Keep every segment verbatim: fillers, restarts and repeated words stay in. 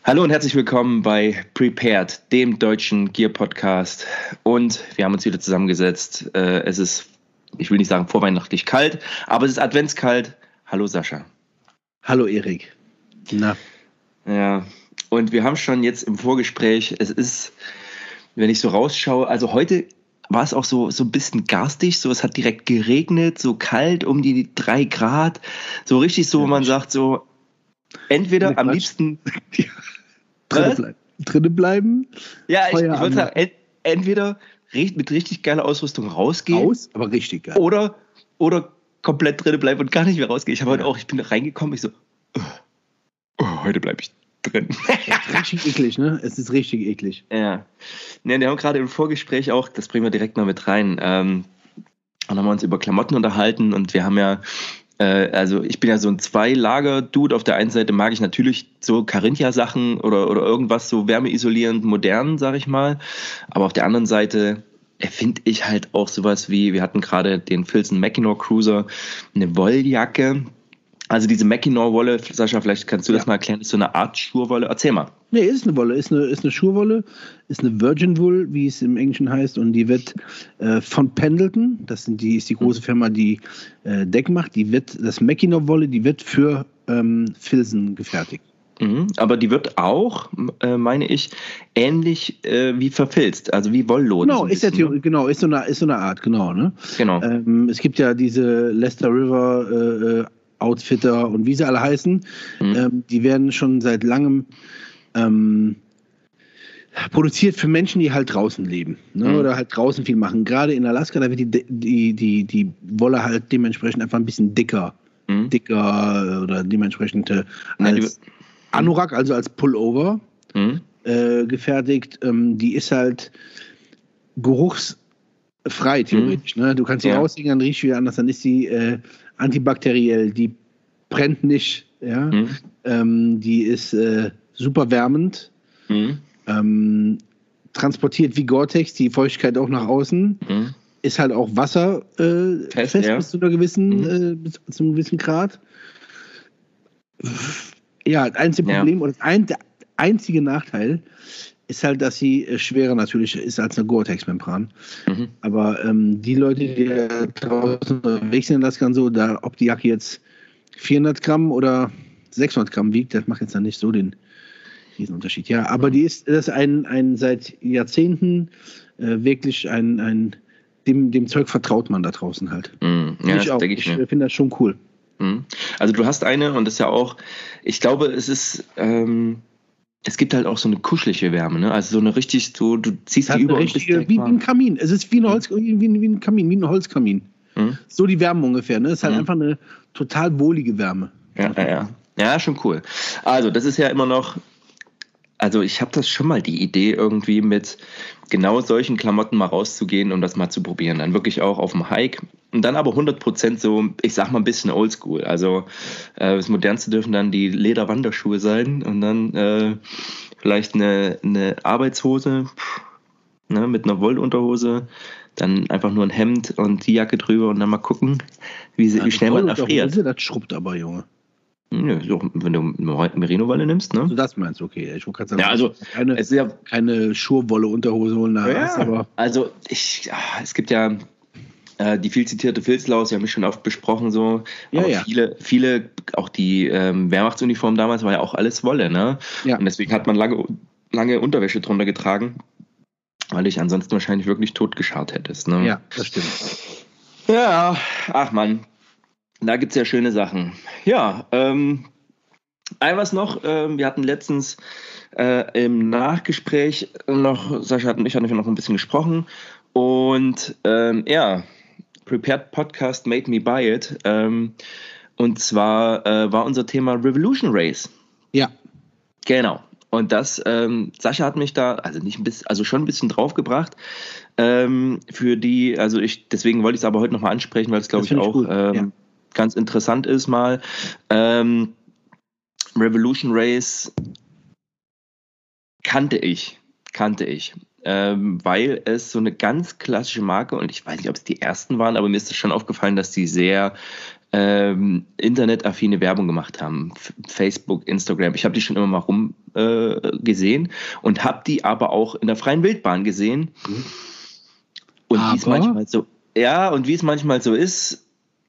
Hallo und herzlich willkommen bei Prepared, dem deutschen Gear-Podcast. Und wir haben uns wieder zusammengesetzt. Äh, es ist, ich will nicht sagen vorweihnachtlich kalt, aber es ist adventskalt. Hallo Sascha. Hallo Erik. Na. Ja, und wir haben schon jetzt im Vorgespräch, es ist, wenn ich so rausschaue, also heute war es auch so, so ein bisschen garstig, so es hat direkt geregnet, so kalt, um die drei Grad, so richtig so, wo man sagt so, entweder am liebsten... Drinnen bleiben. Drinnen bleiben. Ja, ich, ich wollte sagen, ent, entweder mit richtig geiler Ausrüstung rausgehen. Raus, aber richtig geil. Oder, oder komplett drinnen bleiben und gar nicht mehr rausgehen. Ich habe ja. heute auch, ich bin reingekommen, ich so, oh, oh, heute bleibe ich drin. Richtig eklig, ne? Es ist richtig eklig. Ja. Ne, wir haben gerade im Vorgespräch auch, das bringen wir direkt mal mit rein, ähm, und haben wir uns über Klamotten unterhalten und wir haben ja also ich bin ja so ein Zwei-Lager-Dude. Auf der einen Seite mag ich natürlich so Carinthia-Sachen oder, oder irgendwas so wärmeisolierend, modern, sag ich mal. Aber auf der anderen Seite finde ich halt auch sowas wie, wir hatten gerade den Filson Mackinac Cruiser, eine Wolljacke. Also diese Mackinac-Wolle, Sascha, vielleicht kannst du das ja. mal erklären, ist so eine Art Schurwolle. Erzähl mal. Nee, ist eine Wolle, ist eine, ist eine Schurwolle, ist eine Virgin Wool, wie es im Englischen heißt, und die wird äh, von Pendleton, das sind die, ist die große Firma, die äh, Deck macht, die wird, das Mackinac-Wolle, die wird für ähm, Filson gefertigt. Mhm, aber die wird auch, äh, meine ich, ähnlich äh, wie verfilzt, also wie Wollloden. Genau, so ist bisschen, ja, genau, ist so eine, ist so eine Art, genau, ne? Genau. Ähm, es gibt ja diese Leicester River äh, Outfitter und wie sie alle heißen, mhm. ähm, die werden schon seit langem ähm, produziert für Menschen, die halt draußen leben, ne? mhm. oder halt draußen viel machen. Gerade in Alaska, da wird die, die, die, die Wolle halt dementsprechend einfach ein bisschen dicker, mhm. dicker oder dementsprechend äh, als ja, Anorak, also als Pullover mhm. äh, gefertigt. Ähm, die ist halt geruchsfrei, theoretisch. Mhm. Ne? Du kannst sie ja. rauslegen, dann riecht sie wieder anders, dann ist sie äh, antibakteriell, die brennt nicht, ja, mhm. ähm, die ist äh, super wärmend, mhm. ähm, transportiert wie Gore-Tex die Feuchtigkeit auch nach außen, mhm. ist halt auch wasserfest äh, fest, fest ja. bis zu einer gewissen, mhm. äh, bis zu einem gewissen Grad. Ja, das einzige Problem ja. oder das ein, der einzige Nachteil ist halt, dass sie äh, schwerer natürlich ist als eine Gore-Tex-Membran. Mhm. Aber ähm, die Leute, die da draußen unterwegs sind, das kann so, da, ob die Jacke jetzt vierhundert Gramm oder sechshundert Gramm wiegt, das macht jetzt dann nicht so den diesen Unterschied. Ja, aber mhm. die ist, das ist ein, ein seit Jahrzehnten äh, wirklich ein, ein dem, dem Zeug vertraut man da draußen halt. Mhm. Ja, ich auch. Ich, ich finde das schon cool. Mhm. Also du hast eine und das ist ja auch, ich glaube, es ist ähm es gibt halt auch so eine kuschelige Wärme, ne? Also so eine richtig, so, du ziehst die über und bist wie, wie ein Kamin. Es ist wie, eine Holz, wie, wie ein Kamin, wie ein Holzkamin. Mhm. So die Wärme ungefähr, ne? Es ist halt mhm. einfach eine total wohlige Wärme. Ja, ja, ja. Ja, schon cool. Also das ist ja immer noch, also ich habe das schon mal die Idee irgendwie mit genau solchen Klamotten mal rauszugehen, um das mal zu probieren. Dann wirklich auch auf dem Hike und dann aber hundert Prozent so, ich sag mal ein bisschen oldschool. Also äh, das Modernste dürfen dann die Lederwanderschuhe sein und dann äh, vielleicht eine, eine Arbeitshose pff, ne, mit einer Wollunterhose, dann einfach nur ein Hemd und die Jacke drüber und dann mal gucken, wie, sie, ja, wie schnell man erfriert. Das schrubbt aber, Junge. Ja, so, wenn du Merino-Wolle nimmst, ne? Also das meinst du, okay. Ich wollte gerade sagen, ja, also, keine, es ist ja, keine Schurwolle-Unterhose holen. Ja, hast, aber also ich, ja, es gibt ja äh, die viel zitierte Filzlaus, die haben wir schon oft besprochen, so. Ja, aber ja. viele, viele, auch die ähm, Wehrmachtsuniform damals war ja auch alles Wolle, ne? Ja. Und deswegen hat man lange, lange Unterwäsche drunter getragen, weil dich ansonsten wahrscheinlich wirklich totgescharrt hättest, ne? Ja, das stimmt. Ja, ach Mann. Da gibt es ja schöne Sachen. Ja, ähm, ein was noch, ähm, wir hatten letztens äh, im Nachgespräch noch, Sascha und ich hatten noch ein bisschen gesprochen und ähm, ja, Prepared Podcast made me buy it ähm, und zwar äh, war unser Thema Revolution Race. Ja. Genau. Und das, ähm, Sascha hat mich da, also nicht ein bisschen, also schon ein bisschen draufgebracht, ähm, für die, also ich, deswegen wollte ich es aber heute nochmal ansprechen, weil es glaube ich auch ähm, ja. ganz interessant ist mal. Ähm, Revolution Race kannte ich, kannte ich, ähm, weil es so eine ganz klassische Marke und ich weiß nicht, ob es die ersten waren, aber mir ist es schon aufgefallen, dass die sehr ähm, internetaffine Werbung gemacht haben. F- Facebook, Instagram. Ich habe die schon immer mal rum äh, gesehen und habe die aber auch in der freien Wildbahn gesehen. Und wie es Aber? manchmal so, ja, und wie es manchmal so ist,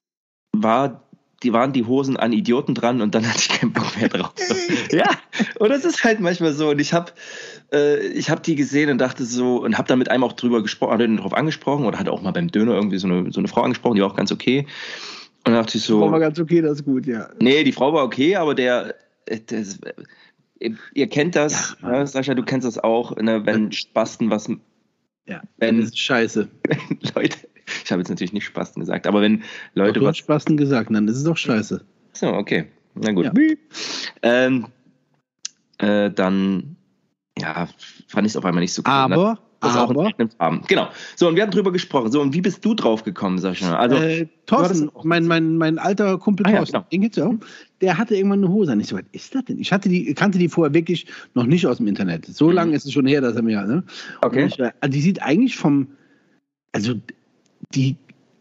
war, die waren die Hosen an Idioten dran und dann hatte ich keinen Bock mehr drauf. Ja, und das ist halt manchmal so. Und ich habe äh, ich habe die gesehen und dachte so, und habe dann mit einem auch drüber gesprochen, hatte drauf angesprochen oder hatte auch mal beim Döner irgendwie so eine, so eine Frau angesprochen, die war auch ganz okay. Und dann dachte ich so. War mal ganz okay, das ist gut, ja. Nee, die Frau war okay, aber der, der ihr, ihr kennt das, Ja, ne, Sascha, du kennst das auch, ne, wenn Spasten was. Ja, wenn, das ist scheiße. wenn Leute, ich habe jetzt natürlich nicht Spasten gesagt, aber wenn Leute Doch, du was. hast Spasten gesagt, dann ist es doch scheiße. So, okay. Na gut. Ja. Ähm, äh, dann, ja, fand ich es auf einmal nicht so cool. Aber, Ne? Das auch aber, in Farben. Genau. So, und wir haben drüber gesprochen. So, und wie bist du drauf gekommen, Sascha? Also, äh, Thorsten, mein, mein, mein alter Kumpel Ah, ja, Thorsten, genau. den kennst du auch, der hatte irgendwann eine Hose an. Ich so, was ist das denn? Ich hatte die, kannte die vorher wirklich noch nicht aus dem Internet. So Mhm. lange ist es schon her, dass er mir, ne? Okay. Und ich, äh, die sieht eigentlich vom, also, die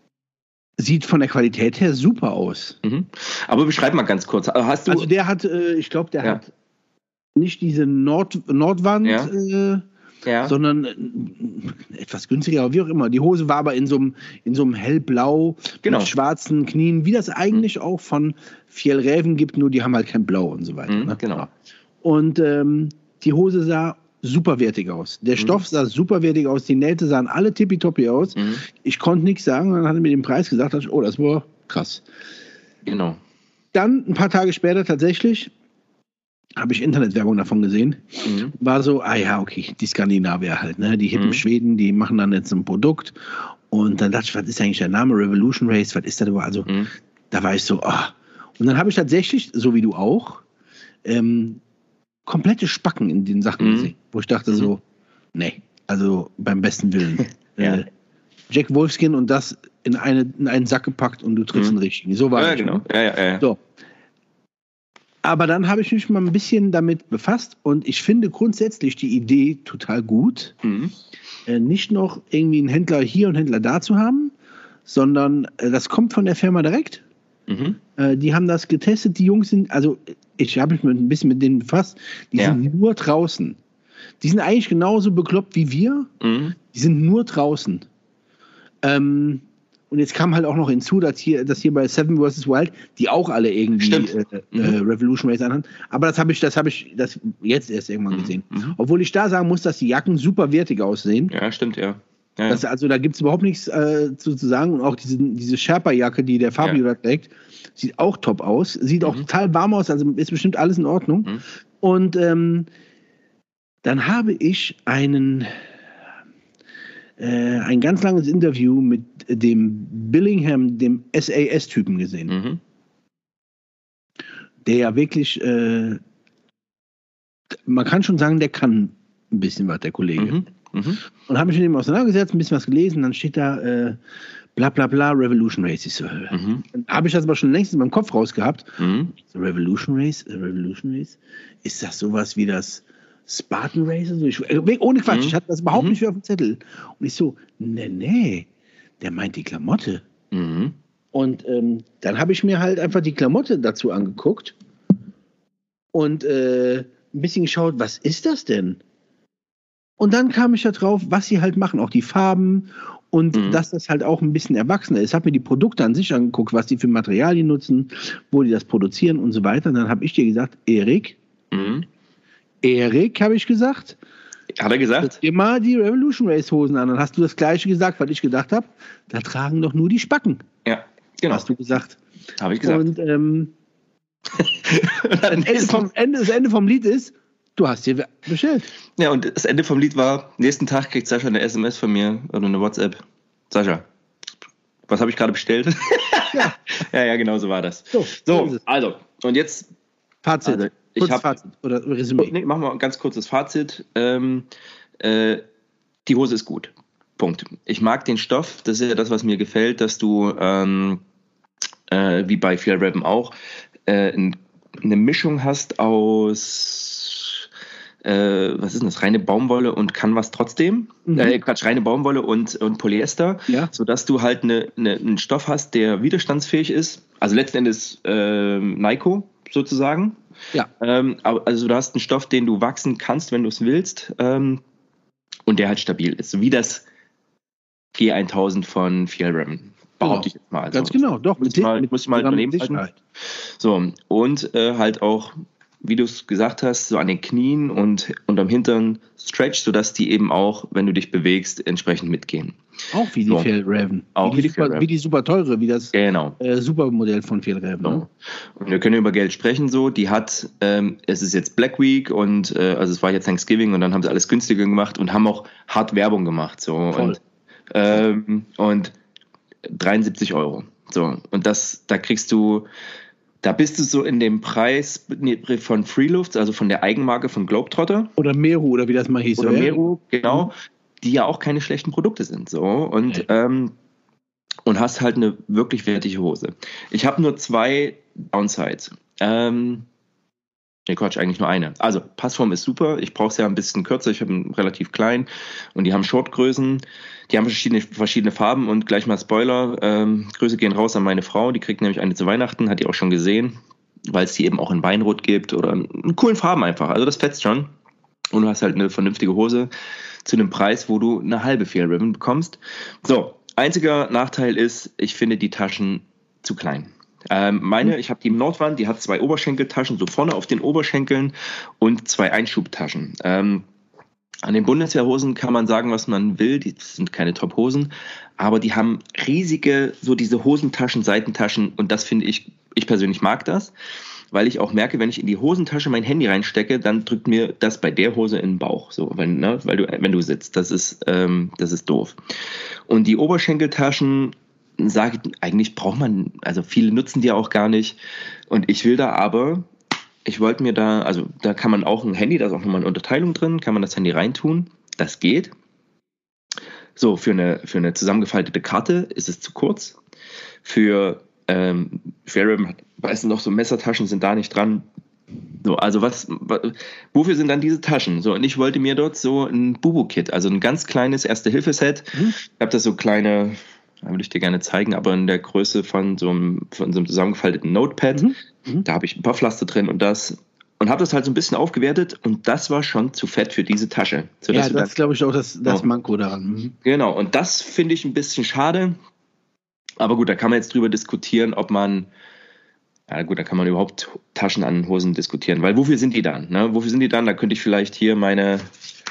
sieht von der Qualität her super aus. Mhm. Aber beschreib mal ganz kurz. Hast du. Also der hat, äh, ich glaube, der Ja. hat nicht diese Nord, Nordwand, Ja. äh, ja. sondern äh, etwas günstiger, aber wie auch immer. Die Hose war aber in so einem, in so einem hellblau Genau. mit schwarzen Knien, wie das eigentlich auch von Fjällräven gibt, nur die haben halt kein Blau und so weiter. Mhm, ne? genau. Und ähm, die Hose sah superwertig aus. Der Mhm. Stoff sah superwertig aus, die Nähte sahen alle tippitoppi aus. Mhm. Ich konnte nichts sagen, dann hat er mir den Preis gesagt, dachte ich, oh, das war krass. Genau. Dann, ein paar Tage später tatsächlich, habe ich Internetwerbung davon gesehen. Mhm. War so, ah ja, okay, die Skandinavier halt, ne? Die hippen Mhm. Schweden, die machen dann jetzt ein Produkt. Und dann dachte ich, was ist eigentlich der Name? Revolution Race, was ist das überhaupt? Also, Mhm. da war ich so, ah. Und dann habe ich tatsächlich, so wie du auch, ähm, komplette Spacken in den Sachen Mhm. gesehen. Wo ich dachte Mhm. so, nee, also beim besten Willen. Ja. äh, Jack Wolfskin und das in, eine, in einen Sack gepackt und du triffst Mhm. einen richtigen. So war Ja, das. genau. Ja, ja, ja. So. Aber dann habe ich mich mal ein bisschen damit befasst und ich finde grundsätzlich die Idee total gut, Mhm. äh, nicht noch irgendwie einen Händler hier und einen Händler da zu haben, sondern äh, das kommt von der Firma direkt. Mhm. Äh, die haben das getestet, die Jungs sind, also ich habe mich mit, ein bisschen mit denen befasst, die Ja. sind nur draußen. Die sind eigentlich genauso bekloppt wie wir, Mhm. die sind nur draußen. Ähm, und jetzt kam halt auch noch hinzu, dass hier, dass hier bei Seven versus. Wild, die auch alle irgendwie Stimmt. äh, Mhm. äh, Revolution Race anhaben. Aber das habe ich, das habe ich das jetzt erst irgendwann Mhm. gesehen. Mhm. Obwohl ich da sagen muss, dass die Jacken super wertig aussehen. Ja, stimmt, ja. Ja, ja. Das, also da gibt es überhaupt nichts äh, zu, zu sagen. Und auch diese, diese Sherpa-Jacke, die der Fabio Ja. da trägt, sieht auch top aus. Sieht auch Mhm. total warm aus, also ist bestimmt alles in Ordnung. Mhm. Und ähm, dann habe ich einen äh, ein ganz langes Interview mit dem Billingham, dem S A S-Typen gesehen, Mhm. der ja wirklich, äh, man kann schon sagen, der kann ein bisschen was, der Kollege. Mhm. Mhm. Und habe mich mit ihm auseinandergesetzt, ein bisschen was gelesen, dann steht da äh, bla bla bla Revolution Race. Ich so, äh, Mhm. dann habe ich das aber schon längst in meinem Kopf rausgehabt. Mhm. So, Revolution Race, äh, Revolution Race, ist das sowas wie das Spartan Race? Also ich, äh, ohne Quatsch, Mhm. ich hatte das überhaupt Mhm. nicht mehr auf dem Zettel. Und ich so, nee, nee, der meint die Klamotte. Mhm. Und ähm, dann habe ich mir halt einfach die Klamotte dazu angeguckt und äh, ein bisschen geschaut, was ist das denn? Und dann kam ich da drauf, was sie halt machen, auch die Farben und Mhm. dass das halt auch ein bisschen erwachsener ist. Ich habe mir die Produkte an sich angeguckt, was die für Materialien nutzen, wo die das produzieren und so weiter. Und dann habe ich dir gesagt, Erik, Mhm. Erik, habe ich gesagt, Hat er gesagt? zieh dir mal die Revolution Race Hosen an. Dann hast du das Gleiche gesagt, was ich gedacht habe. Da tragen doch nur die Spacken, Ja, genau. hast du gesagt. Habe ich gesagt. Und ähm, Und dann Ende vom, Ende, das Ende vom Lied ist, du hast dir bestellt. ja, und das Ende vom Lied war, nächsten Tag kriegt Sascha eine S M S von mir oder eine WhatsApp. Sascha, was habe ich gerade bestellt? Ja. ja, ja, genau so war das. So, so ist So, es. also, und jetzt, Fazit. Also, ich Kurzes hab- Fazit oder Resümee. nee, machen wir ein ganz kurzes Fazit. Ähm, äh, die Hose ist gut. Punkt. Ich mag den Stoff, das ist ja das, was mir gefällt, dass du, ähm, äh, wie bei Fjällräven auch, äh, ein, eine Mischung hast aus, äh, was ist denn das, reine Baumwolle und Canvas trotzdem, Mhm. äh, Quatsch, reine Baumwolle und, und Polyester, Ja. sodass du halt eine, eine, einen Stoff hast, der widerstandsfähig ist Also letzten Endes äh, Nyko sozusagen. Ja. Ähm, also du hast einen Stoff, den du wachsen kannst, wenn du es willst, ähm, und der halt stabil ist. So wie das G tausend von Fjällräven. Behaupte genau. ich jetzt mal. Also, ganz genau, doch. Muss ich mal, mit, muss ich mal daneben halten. So, und äh, halt auch, wie du es gesagt hast, so an den Knien und unterm Hintern Stretch, sodass die eben auch, wenn du dich bewegst, entsprechend mitgehen. Auch wie die so. Fjällräven. Auch wie, wie die, die super, Fjällräven. Wie die super teure, wie das genau. äh, Supermodell von Fjällräven. So. Ne? Und wir können über Geld sprechen, so. Die hat, ähm, es ist jetzt Black Week und äh, also es war jetzt Thanksgiving und dann haben sie alles günstiger gemacht und haben auch hart Werbung gemacht. So. Voll. Und, ähm, und dreiundsiebzig Euro. So. Und das, da kriegst du, da bist du so in dem Preis von Freelufts, also von der Eigenmarke von Globetrotter. Oder Meru, oder wie das mal hieß. Oder Meru, genau. Mhm. Die ja auch keine schlechten Produkte sind. So. Und, okay. ähm, und hast halt eine wirklich wertige Hose. Ich habe nur zwei Downsides. Ähm, ne, Quatsch, eigentlich nur eine. Also, Passform ist super. Ich brauche es ja ein bisschen kürzer. Ich habe einen relativ klein. Und die haben Shortgrößen. Die haben verschiedene, verschiedene Farben. Und gleich mal Spoiler. Ähm, Grüße gehen raus an meine Frau. Die kriegt nämlich eine zu Weihnachten. Hat die auch schon gesehen. Weil es die eben auch in Weinrot gibt. Oder in coolen Farben einfach. Also, das fetzt schon. Und du hast halt eine vernünftige Hose zu einem Preis, wo du eine halbe Fjällräven bekommst. So. Einziger Nachteil ist, ich finde die Taschen zu klein. Ähm, meine, ich habe die im Nordwand, die hat zwei Oberschenkeltaschen, so vorne auf den Oberschenkeln und zwei Einschubtaschen. Ähm, an den Bundeswehrhosen kann man sagen, was man will, die sind keine Top-Hosen, aber die haben riesige, so diese Hosentaschen, Seitentaschen und das finde ich, ich persönlich mag das, weil ich auch merke, wenn ich in die Hosentasche mein Handy reinstecke, dann drückt mir das bei der Hose in den Bauch, so, wenn, ne, weil du, wenn du sitzt. Das ist, ähm, das ist doof. Und die Oberschenkeltaschen, sage ich, eigentlich braucht man, also viele nutzen die auch gar nicht. Und ich will da aber, ich wollte mir da, also da kann man auch ein Handy, da ist auch nochmal eine Unterteilung drin, kann man das Handy reintun. Das geht. So, für eine, für eine zusammengefaltete Karte ist es zu kurz. Für ähm, Fjällräven, weißt du noch, so Messertaschen sind da nicht dran. So, also was, was, wofür sind dann diese Taschen? So, und ich wollte mir dort so ein Bubu-Kit, also ein ganz kleines Erste-Hilfe-Set. Mhm. Ich habe da so kleine, würde ich dir gerne zeigen, aber in der Größe von so einem, von so einem zusammengefalteten Notepad. Mhm. Mhm. Da habe ich ein paar Pflaster drin und das. Und habe das halt so ein bisschen aufgewertet und das war schon zu fett für diese Tasche. Ja, das ist, glaube ich, auch das, das Manko daran. Mhm. Genau, und das finde ich ein bisschen schade. Aber gut, da kann man jetzt drüber diskutieren, ob man, ja gut, da kann man überhaupt Taschen an Hosen diskutieren, weil wofür sind die dann? Ne? Wofür sind die dann? Da könnte ich vielleicht hier meine,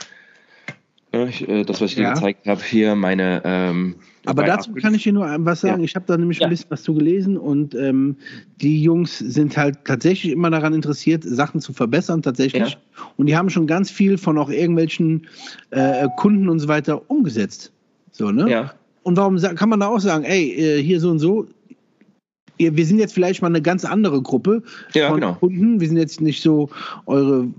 äh, das, was ich dir ja. gezeigt habe, hier meine. Ähm, Aber dazu kann ich dir nur was sagen. Ja. Ich habe da nämlich ja. ein bisschen was zu gelesen und ähm, die Jungs sind halt tatsächlich immer daran interessiert, Sachen zu verbessern, tatsächlich. Ja. Und die haben schon ganz viel von auch irgendwelchen äh, Kunden und so weiter umgesetzt. So, ne? Ja. Und warum kann man da auch sagen, ey, hier so und so, wir sind jetzt vielleicht mal eine ganz andere Gruppe ja, von genau. Kunden, wir sind jetzt nicht so eure,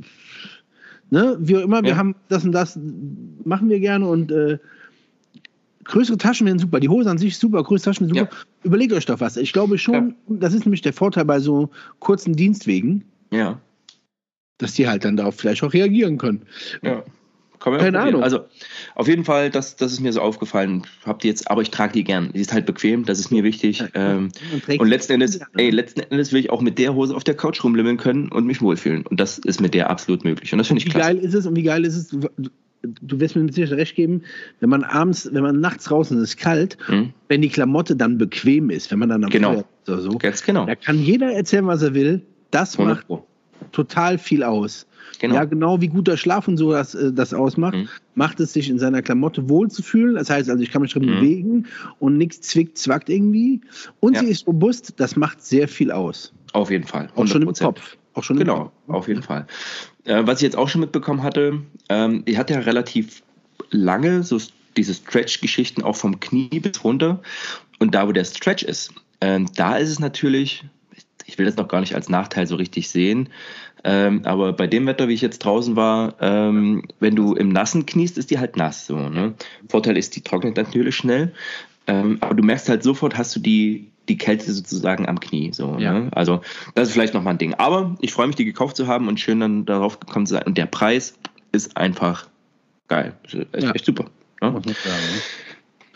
ne, wie auch immer, wir ja. haben das und das, machen wir gerne und äh, größere Taschen wären super, die Hose an sich ist super, größere Taschen sind super, ja. Überlegt euch doch was. Ich glaube schon, ja. das ist nämlich der Vorteil bei so kurzen Dienstwegen, ja. dass die halt dann darauf vielleicht auch reagieren können. Ja. Keine Ahnung. Also auf jeden Fall, das, das ist mir so aufgefallen. Habt ihr jetzt, aber ich trage die gern. Die ist halt bequem, das ist mir wichtig. Ähm, und letzten Endes, ey, letzten Endes will ich auch mit der Hose auf der Couch rumlimmeln können und mich wohlfühlen. Und das ist mit der absolut möglich. Und das finde ich klasse. Wie geil ist es und wie geil ist es, du, du wirst mir mit Sicherheit recht geben, wenn man abends, wenn man nachts draußen ist, es ist kalt, mhm. wenn die Klamotte dann bequem ist, wenn man dann am genau. Feuer ist oder so. Ganz genau. Da kann jeder erzählen, was er will. Das macht total viel aus. Genau. Ja, genau wie guter Schlaf und so das, das ausmacht, mhm. macht es sich in seiner Klamotte wohlzufühlen. Das heißt also, ich kann mich drin mhm. bewegen und nichts zwickt, zwackt irgendwie. Und ja. sie ist robust, das macht sehr viel aus. Auf jeden Fall. hundert Prozent. Auch schon im Kopf. Auch schon genau, im Kopf. Auf jeden Fall. Äh, was ich jetzt auch schon mitbekommen hatte, ähm, ich hatte ja relativ lange so diese Stretch-Geschichten auch vom Knie bis runter. Und da, wo der Stretch ist, äh, da ist es natürlich, ich will das noch gar nicht als Nachteil so richtig sehen, Ähm, aber bei dem Wetter, wie ich jetzt draußen war, ähm, wenn du im Nassen kniest, ist die halt nass. So, ne? Vorteil ist, die trocknet natürlich schnell. Ähm, aber du merkst halt sofort, hast du die, die Kälte sozusagen am Knie. So, ja. ne? Also das ist vielleicht nochmal ein Ding. Aber ich freue mich, die gekauft zu haben und schön dann darauf gekommen zu sein. Und der Preis ist einfach geil. Ist echt, ja. echt super. Ne?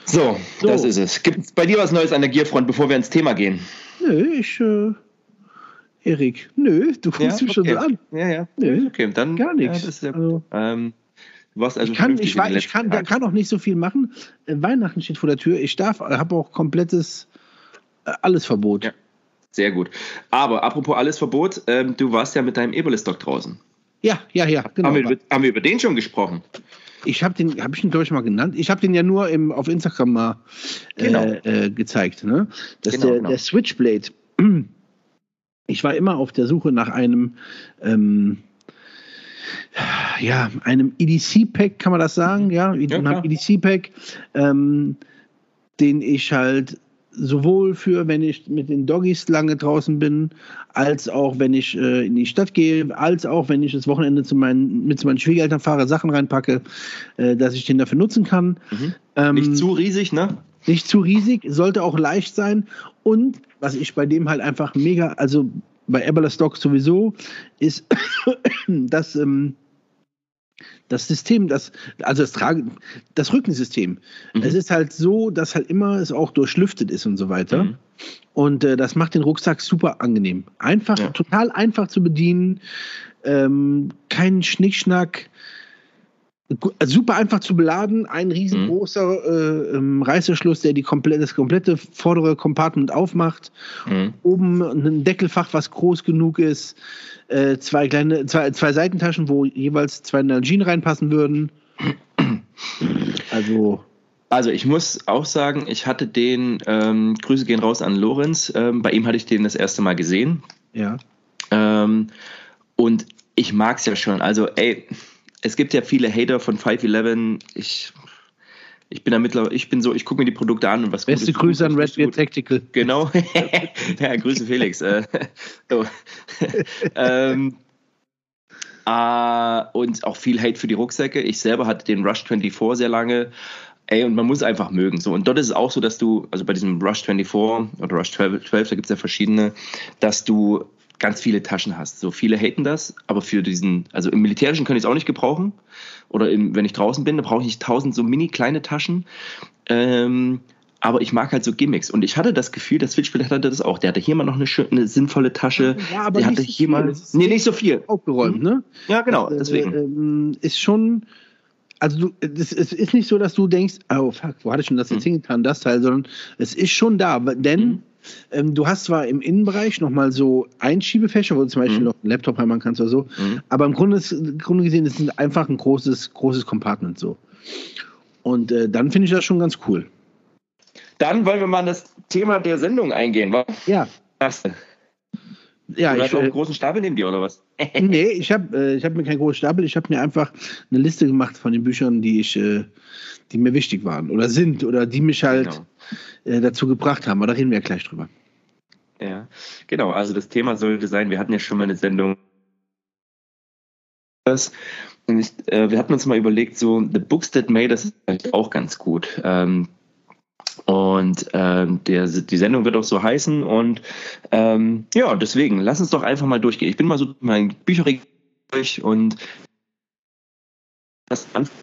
So, so, das ist es. Gibt es bei dir was Neues an der Gierfront, bevor wir ins Thema gehen? Nö, ich, äh, Erik, nö, du guckst ja, mich schon so an. Ja, ja. Nö, okay, dann gar nichts. Ja, das ist ja also, ähm, was also ich kann, ich, war, ich kann, kann auch nicht so viel machen. Äh, Weihnachten steht vor der Tür. Ich darf, habe auch komplettes äh, Allesverbot. Ja, sehr gut. Aber apropos Allesverbot, ähm, du warst ja mit deinem Eberle-Stock draußen. Ja, ja, ja, genau. Haben wir, über, haben wir über den schon gesprochen? Ich habe den, habe ich den, glaube ich, mal genannt. Ich habe den ja nur im, auf Instagram mal äh, genau. äh, gezeigt. Ne? Das genau, ist der, genau. der Switchblade. Ich war immer auf der Suche nach einem, ähm, ja, einem E D C-Pack, kann man das sagen? Ja, ja einem E D C-Pack, ähm, den ich halt sowohl für, wenn ich mit den Doggies lange draußen bin, als auch, wenn ich äh, in die Stadt gehe, als auch, wenn ich das Wochenende zu meinen, mit zu meinen Schwiegereltern fahre, Sachen reinpacke, äh, dass ich den dafür nutzen kann. Mhm. Ähm, nicht zu riesig, ne? Nicht zu riesig, sollte auch leicht sein. Und was ich bei dem halt einfach mega, also bei Eberle Stock sowieso, ist, dass ähm, das System, das, also das Tragen, das Rückensystem, mhm. es ist halt so, dass halt immer es auch durchlüftet ist und so weiter. Mhm. Und äh, das macht den Rucksack super angenehm. Einfach, ja. total einfach zu bedienen, ähm, kein Schnickschnack, super einfach zu beladen, ein riesengroßer äh, ähm, Reißverschluss, der die komplette, das komplette vordere Compartment aufmacht. Mhm. Oben ein Deckelfach, was groß genug ist, äh, zwei kleine, zwei, zwei Seitentaschen, wo jeweils zwei Nalgene reinpassen würden. Also. Also ich muss auch sagen, ich hatte den, ähm, Grüße gehen raus an Lorenz, ähm, bei ihm hatte ich den das erste Mal gesehen. Ja. Ähm, und ich mag es ja schon. Also ey, es gibt ja viele Hater von fünf elf. Ich, ich bin da mittlerweile, ich bin so, ich gucke mir die Produkte an und was Beste gut ist. Grüße an Red Beard Tactical. Genau. Ja, Grüße Felix. so. ähm, äh, und auch viel Hate für die Rucksäcke. Ich selber hatte den Rush vierundzwanzig sehr lange. Ey, und man muss einfach mögen. So. Und dort ist es auch so, dass du, also bei diesem Rush vierundzwanzig oder Rush zwölf, da gibt es ja verschiedene, dass du ganz viele Taschen hast. So viele haten das, aber für diesen, also im Militärischen kann ich es auch nicht gebrauchen. Oder im, wenn ich draußen bin, da brauche ich nicht tausend so mini kleine Taschen. Ähm, aber ich mag halt so Gimmicks. Und ich hatte das Gefühl, der Switchblade hatte das auch. Der hatte hier mal noch eine, schöne, eine sinnvolle Tasche. Ja, aber der nicht hatte so hier viel. mal. Nee, nicht so viel. Aufgeräumt, ne? Ja, genau. Das, deswegen. Äh, ist schon. Also du, es, es ist nicht so, dass du denkst, oh fuck, wo hatte ich denn das jetzt mhm. hingetan, das Teil, sondern es ist schon da. Denn mhm. ähm, du hast zwar im Innenbereich nochmal so Einschiebefächer, wo du zum Beispiel mhm. noch einen Laptop reinmachen kannst oder so, mhm. aber im Grunde, im Grunde gesehen ist es einfach ein großes, großes Compartment so. Und äh, dann finde ich das schon ganz cool. Dann wollen wir mal an das Thema der Sendung eingehen, wa? Ja. Was? Ja, du ich hast auch einen großen Stapel neben dir, oder was? Nee, ich habe äh, ich hab mir keinen großen Stapel, ich habe mir einfach eine Liste gemacht von den Büchern, die ich, äh, die mir wichtig waren oder sind oder die mich halt genau. äh, dazu gebracht haben. Aber da reden wir ja gleich drüber. Ja, genau. Also das Thema sollte sein, wir hatten ja schon mal eine Sendung. Und ich, äh, wir hatten uns mal überlegt, so The Books That Made Us ist halt auch ganz gut. Ähm, Und ähm, der, die Sendung wird auch so heißen. Und ähm, ja, deswegen, lass uns doch einfach mal durchgehen. Ich bin mal so durch mein Bücherregal durch und das an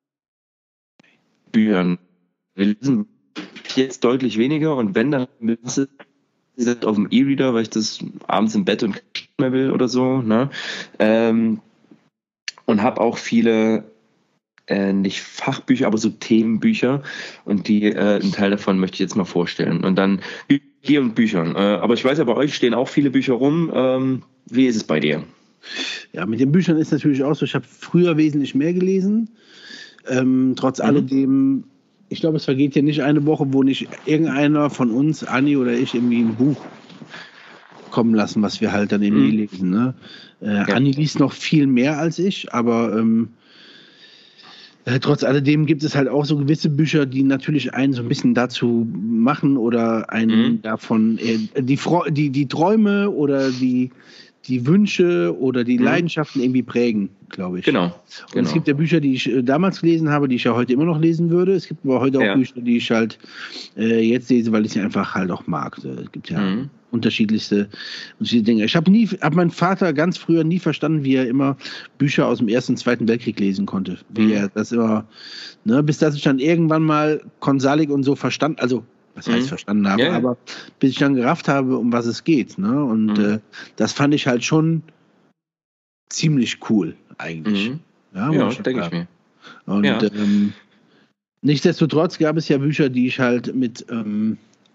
Büchern. Wir lesen jetzt deutlich weniger und wenn, dann ist es auf dem E-Reader, weil ich das abends im Bett und nicht mehr will oder so. Ne? Ähm, und habe auch viele Äh, nicht Fachbücher, aber so Themenbücher und die, äh, einen Teil davon möchte ich jetzt mal vorstellen. Und dann hier und Büchern. Äh, aber ich weiß ja, bei euch stehen auch viele Bücher rum. Ähm, wie ist es bei dir? Ja, mit den Büchern ist natürlich auch so, ich habe früher wesentlich mehr gelesen. Ähm, trotz mhm. alledem, ich glaube, es vergeht ja nicht eine Woche, wo nicht irgendeiner von uns, Anni oder ich, irgendwie ein Buch kommen lassen, was wir halt dann irgendwie mhm. lesen. Ne? Äh, ja. Anni liest noch viel mehr als ich, aber ähm, trotz alledem gibt es halt auch so gewisse Bücher, die natürlich einen so ein bisschen dazu machen oder einen mhm. davon, äh, die, die, die Träume oder die, die Wünsche oder die Mhm. Leidenschaften irgendwie prägen, glaube ich. Genau. Und genau. es gibt ja Bücher, die ich äh, damals gelesen habe, die ich ja heute immer noch lesen würde. Es gibt aber heute auch Ja. Bücher, die ich halt äh, jetzt lese, weil ich sie einfach halt auch mag. So, es gibt ja Mhm. unterschiedlichste, unterschiedliche Dinge. Ich habe nie, habe meinen Vater ganz früher nie verstanden, wie er immer Bücher aus dem Ersten und Zweiten Weltkrieg lesen konnte. Wie Mhm. er das immer, ne, bis dass ich dann irgendwann mal Konsalik und so verstand, also was heißt Mhm. verstanden habe, Ja, ja. aber bis ich dann gerafft habe, um was es geht. Ne? Und Mhm. äh, das fand ich halt schon ziemlich cool eigentlich. Mhm. Ja, Ja, muss ich denke ich sagen. mir. Und Ja. ähm, nichtsdestotrotz gab es ja Bücher, die ich halt mit ähm,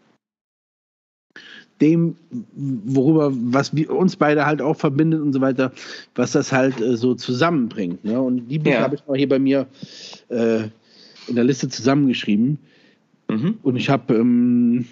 dem, worüber, was wir, uns beide halt auch verbindet und so weiter, was das halt äh, so zusammenbringt. Ne? Und die Bücher Ja. habe ich mal hier bei mir äh, in der Liste zusammengeschrieben. Mhm. Und ich habe ähm,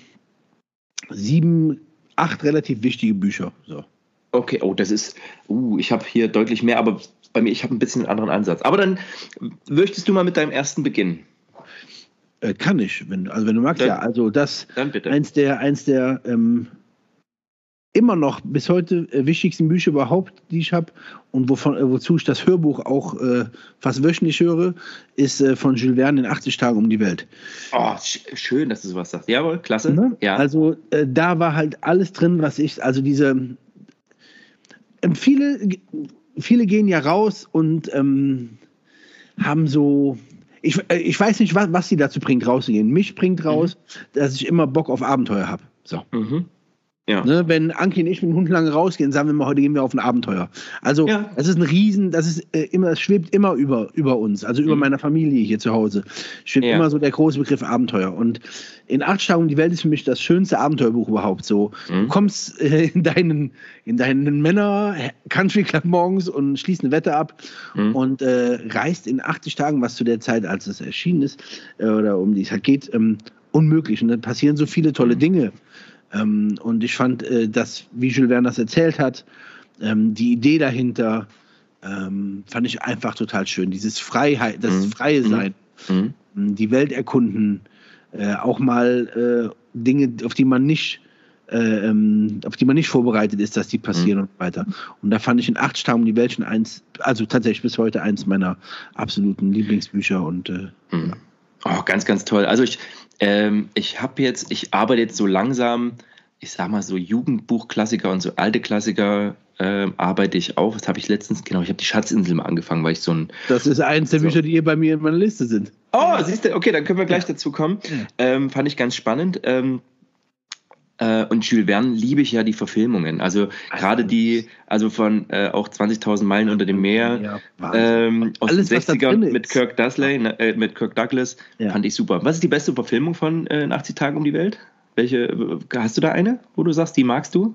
sieben, acht relativ wichtige Bücher. So. Okay, oh, das ist, uh, ich habe hier deutlich mehr, aber bei mir, ich habe ein bisschen einen anderen Ansatz. Aber dann möchtest du mal mit deinem ersten beginnen? Äh, kann ich, wenn, also wenn du magst, Dann- ja. Also das Dann bitte. eins der, eins der ähm, immer noch bis heute äh, wichtigsten Bücher überhaupt, die ich habe und wovon, äh, wozu ich das Hörbuch auch äh, fast wöchentlich höre, ist äh, von Jules Verne in achtzig Tagen um die Welt. Oh, sch- schön, dass du sowas sagst. Jawohl, klasse. Ne? Ja. Also äh, da war halt alles drin, was ich, also diese ähm, viele, viele gehen ja raus und ähm, haben so, ich, äh, ich weiß nicht, was, was sie dazu bringt, rauszugehen. Mich bringt raus, dass ich immer Bock auf Abenteuer habe. So. Mhm. Ja. Ne, wenn Anki und ich mit dem Hund lange rausgehen, sagen wir mal, heute gehen wir auf ein Abenteuer. Also Ja. das ist ein Riesen, das ist äh, immer, es schwebt immer über, über uns, also über Mhm. meiner Familie hier zu Hause. Schwebt Ja. immer so der große Begriff Abenteuer. Und in acht Tagen um die Welt ist für mich das schönste Abenteuerbuch überhaupt. So, Mhm. du kommst äh, in deinen, in deinen Männer Country Club morgens und schließt eine Wette ab Mhm. und äh, reist in achtzig Tagen, was zu der Zeit, als es erschienen ist, äh, oder um die es halt geht, ähm, unmöglich. Und dann passieren so viele tolle Mhm. Dinge. Ähm, und ich fand, äh, dass, wie Jules Verne das erzählt hat, ähm, die Idee dahinter, ähm, fand ich einfach total schön. Dieses Freiheit, das Mhm. freie Mhm. Sein, Mhm. die Welt erkunden, äh, auch mal äh, Dinge, auf die man nicht, äh, ähm, auf die man nicht vorbereitet ist, dass die passieren Mhm. und so weiter. Und da fand ich in acht Tagen um die Welt schon eins, also tatsächlich bis heute eins meiner absoluten Lieblingsbücher und äh, Mhm. Oh, ganz, ganz toll. Also ich, ähm, ich habe jetzt, ich arbeite jetzt so langsam, ich sag mal so Jugendbuchklassiker und so alte Klassiker ähm, arbeite ich auf. Das habe ich letztens, genau, ich habe die Schatzinsel mal angefangen, weil ich so ein, das ist eins der So. Bücher, die hier bei mir in meiner Liste sind. oh, siehst du, okay, dann können wir gleich Ja. dazu kommen. Ja. Ähm, fand ich ganz spannend. Ähm, äh, und Jules Verne liebe ich ja die Verfilmungen. Also gerade die, also von äh, auch zwanzigtausend Meilen unter dem Meer, Ja, Wahnsinn. ähm, aus Alles, den was da sechzigern drin mit ist. Kirk Douglas, ne, äh, mit Kirk Douglas, Ja. fand ich super. Was ist die beste Verfilmung von äh, in achtzig Tagen um die Welt? Welche, hast du da eine, wo du sagst, die magst du?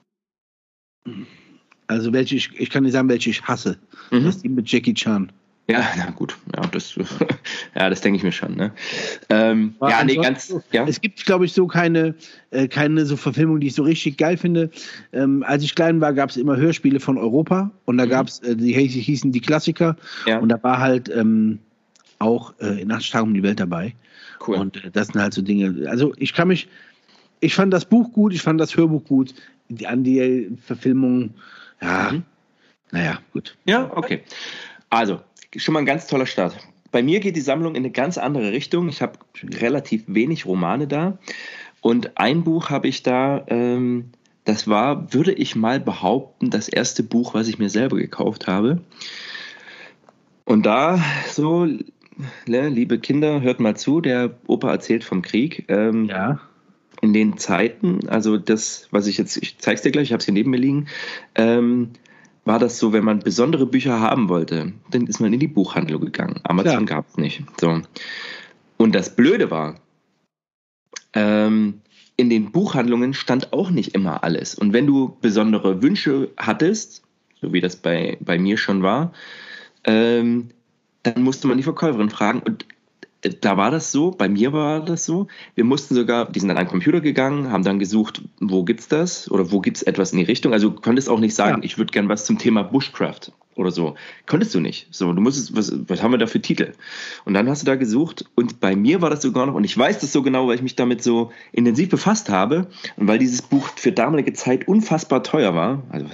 Also welche ich, ich kann nicht sagen, welche ich hasse. Mhm. Das ist die mit Jackie Chan. Ja, na gut, ja, das, ja, das denke ich mir schon. Ne? Ähm, Aber ja, nee, ansonsten- ganz, ja. Es gibt, glaube ich, so keine, äh, keine so Verfilmung, die ich so richtig geil finde. Ähm, als ich klein war, gab es immer Hörspiele von Europa und da Mhm. gab es, äh, die hieß- hießen die Klassiker Ja. und da war halt ähm, auch äh, in acht Tagen um die Welt dabei. Cool. Und äh, das sind halt so Dinge. Also ich kann mich, ich fand das Buch gut, ich fand das Hörbuch gut. Die, an die Verfilmung, ja, Mhm. naja, gut. Ja, okay. Also, schon mal ein ganz toller Start. Bei mir geht die Sammlung in eine ganz andere Richtung. Ich habe relativ wenig Romane da. Und ein Buch habe ich da, ähm, das war, würde ich mal behaupten, das erste Buch, was ich mir selber gekauft habe. Und da so, ne, liebe Kinder, hört mal zu, der Opa erzählt vom Krieg. Ähm, Ja. In den Zeiten, also das, was ich jetzt, ich zeig's dir gleich, ich habe es hier neben mir liegen, ähm, war das so, wenn man besondere Bücher haben wollte, dann ist man in die Buchhandlung gegangen. Amazon gab es nicht. So. Und das Blöde war, ähm, in den Buchhandlungen stand auch nicht immer alles. Und wenn du besondere Wünsche hattest, so wie das bei, bei mir schon war, ähm, dann musste man die Verkäuferin fragen. Und da war das so, bei mir war das so, wir mussten sogar, die sind dann an den Computer gegangen, haben dann gesucht, wo gibt's das oder wo gibt's etwas in die Richtung. Also du konntest auch nicht sagen, Ja. ich würde gern was zum Thema Bushcraft oder so. Konntest du nicht. So, du musstest, was, was haben wir da für Titel? Und dann hast du da gesucht und bei mir war das sogar noch, und ich weiß das so genau, weil ich mich damit so intensiv befasst habe und weil dieses Buch für damalige Zeit unfassbar teuer war, also was heißt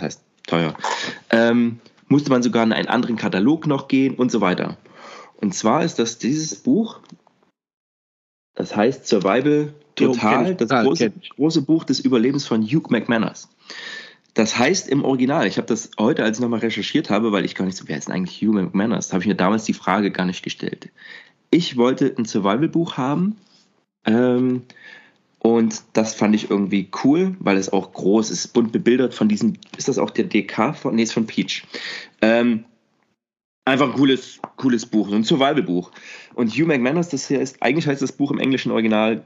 teuer. Ähm, musste man sogar in einen anderen Katalog noch gehen und so weiter. Und zwar ist das dieses Buch, das heißt Survival Total, das große, große Buch des Überlebens von Hugh McManus. Das heißt im Original, ich habe das heute, als ich nochmal recherchiert habe, weil ich gar nicht so, wer ist denn eigentlich Hugh McManus, da habe ich mir damals die Frage gar nicht gestellt. Ich wollte ein Survival-Buch haben, ähm, und das fand ich irgendwie cool, weil es auch groß ist, bunt bebildert von diesem, ist das auch der D K von, nee, ist von Peach. Ähm, einfach ein cooles, cooles Buch, so ein Survival-Buch. Und Hugh McManus, das hier ist, eigentlich heißt das Buch im englischen Original,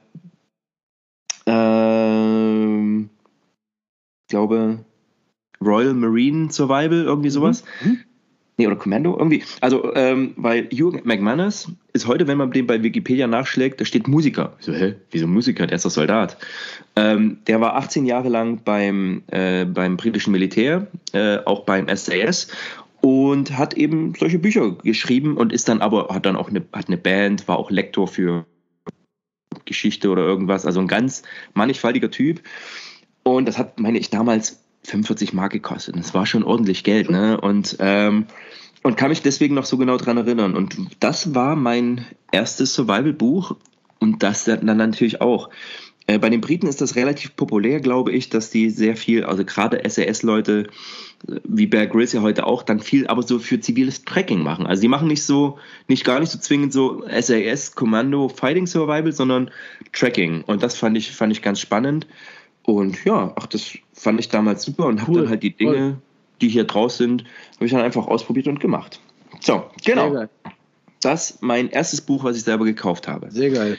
ähm, ich glaube, Royal Marine Survival, irgendwie sowas. Mhm. Nee, oder Commando, irgendwie. Also, ähm, weil Hugh McManus ist heute, wenn man den bei Wikipedia nachschlägt, da steht Musiker. Ich so, hä, wieso Musiker? Der ist doch Soldat. Ähm, der war achtzehn Jahre lang beim, äh, beim britischen Militär, äh, auch beim S A S und hat eben solche Bücher geschrieben und ist dann aber, hat dann auch eine, hat eine Band, war auch Lektor für Geschichte oder irgendwas. Also ein ganz mannigfaltiger Typ. Und das hat, meine ich, damals fünfundvierzig Mark gekostet. Das war schon ordentlich Geld, ne? Und, ähm, und kann mich deswegen noch so genau dran erinnern. Und das war mein erstes Survival-Buch und das dann natürlich auch. Äh, bei den Briten ist das relativ populär, glaube ich, dass die sehr viel, also gerade S A S-Leute, wie Bear Grylls ja heute auch, dann viel aber so für ziviles Tracking machen. Also die machen nicht so, nicht gar nicht so zwingend so S A S, Kommando, Fighting Survival, sondern Tracking. Und das fand ich, fand ich ganz spannend. Und ja, ach, das fand ich damals super und cool. Habe dann halt die Dinge, cool. die hier draus sind, habe ich dann einfach ausprobiert und gemacht. So, genau. Das ist mein erstes Buch, was ich selber gekauft habe. Sehr geil.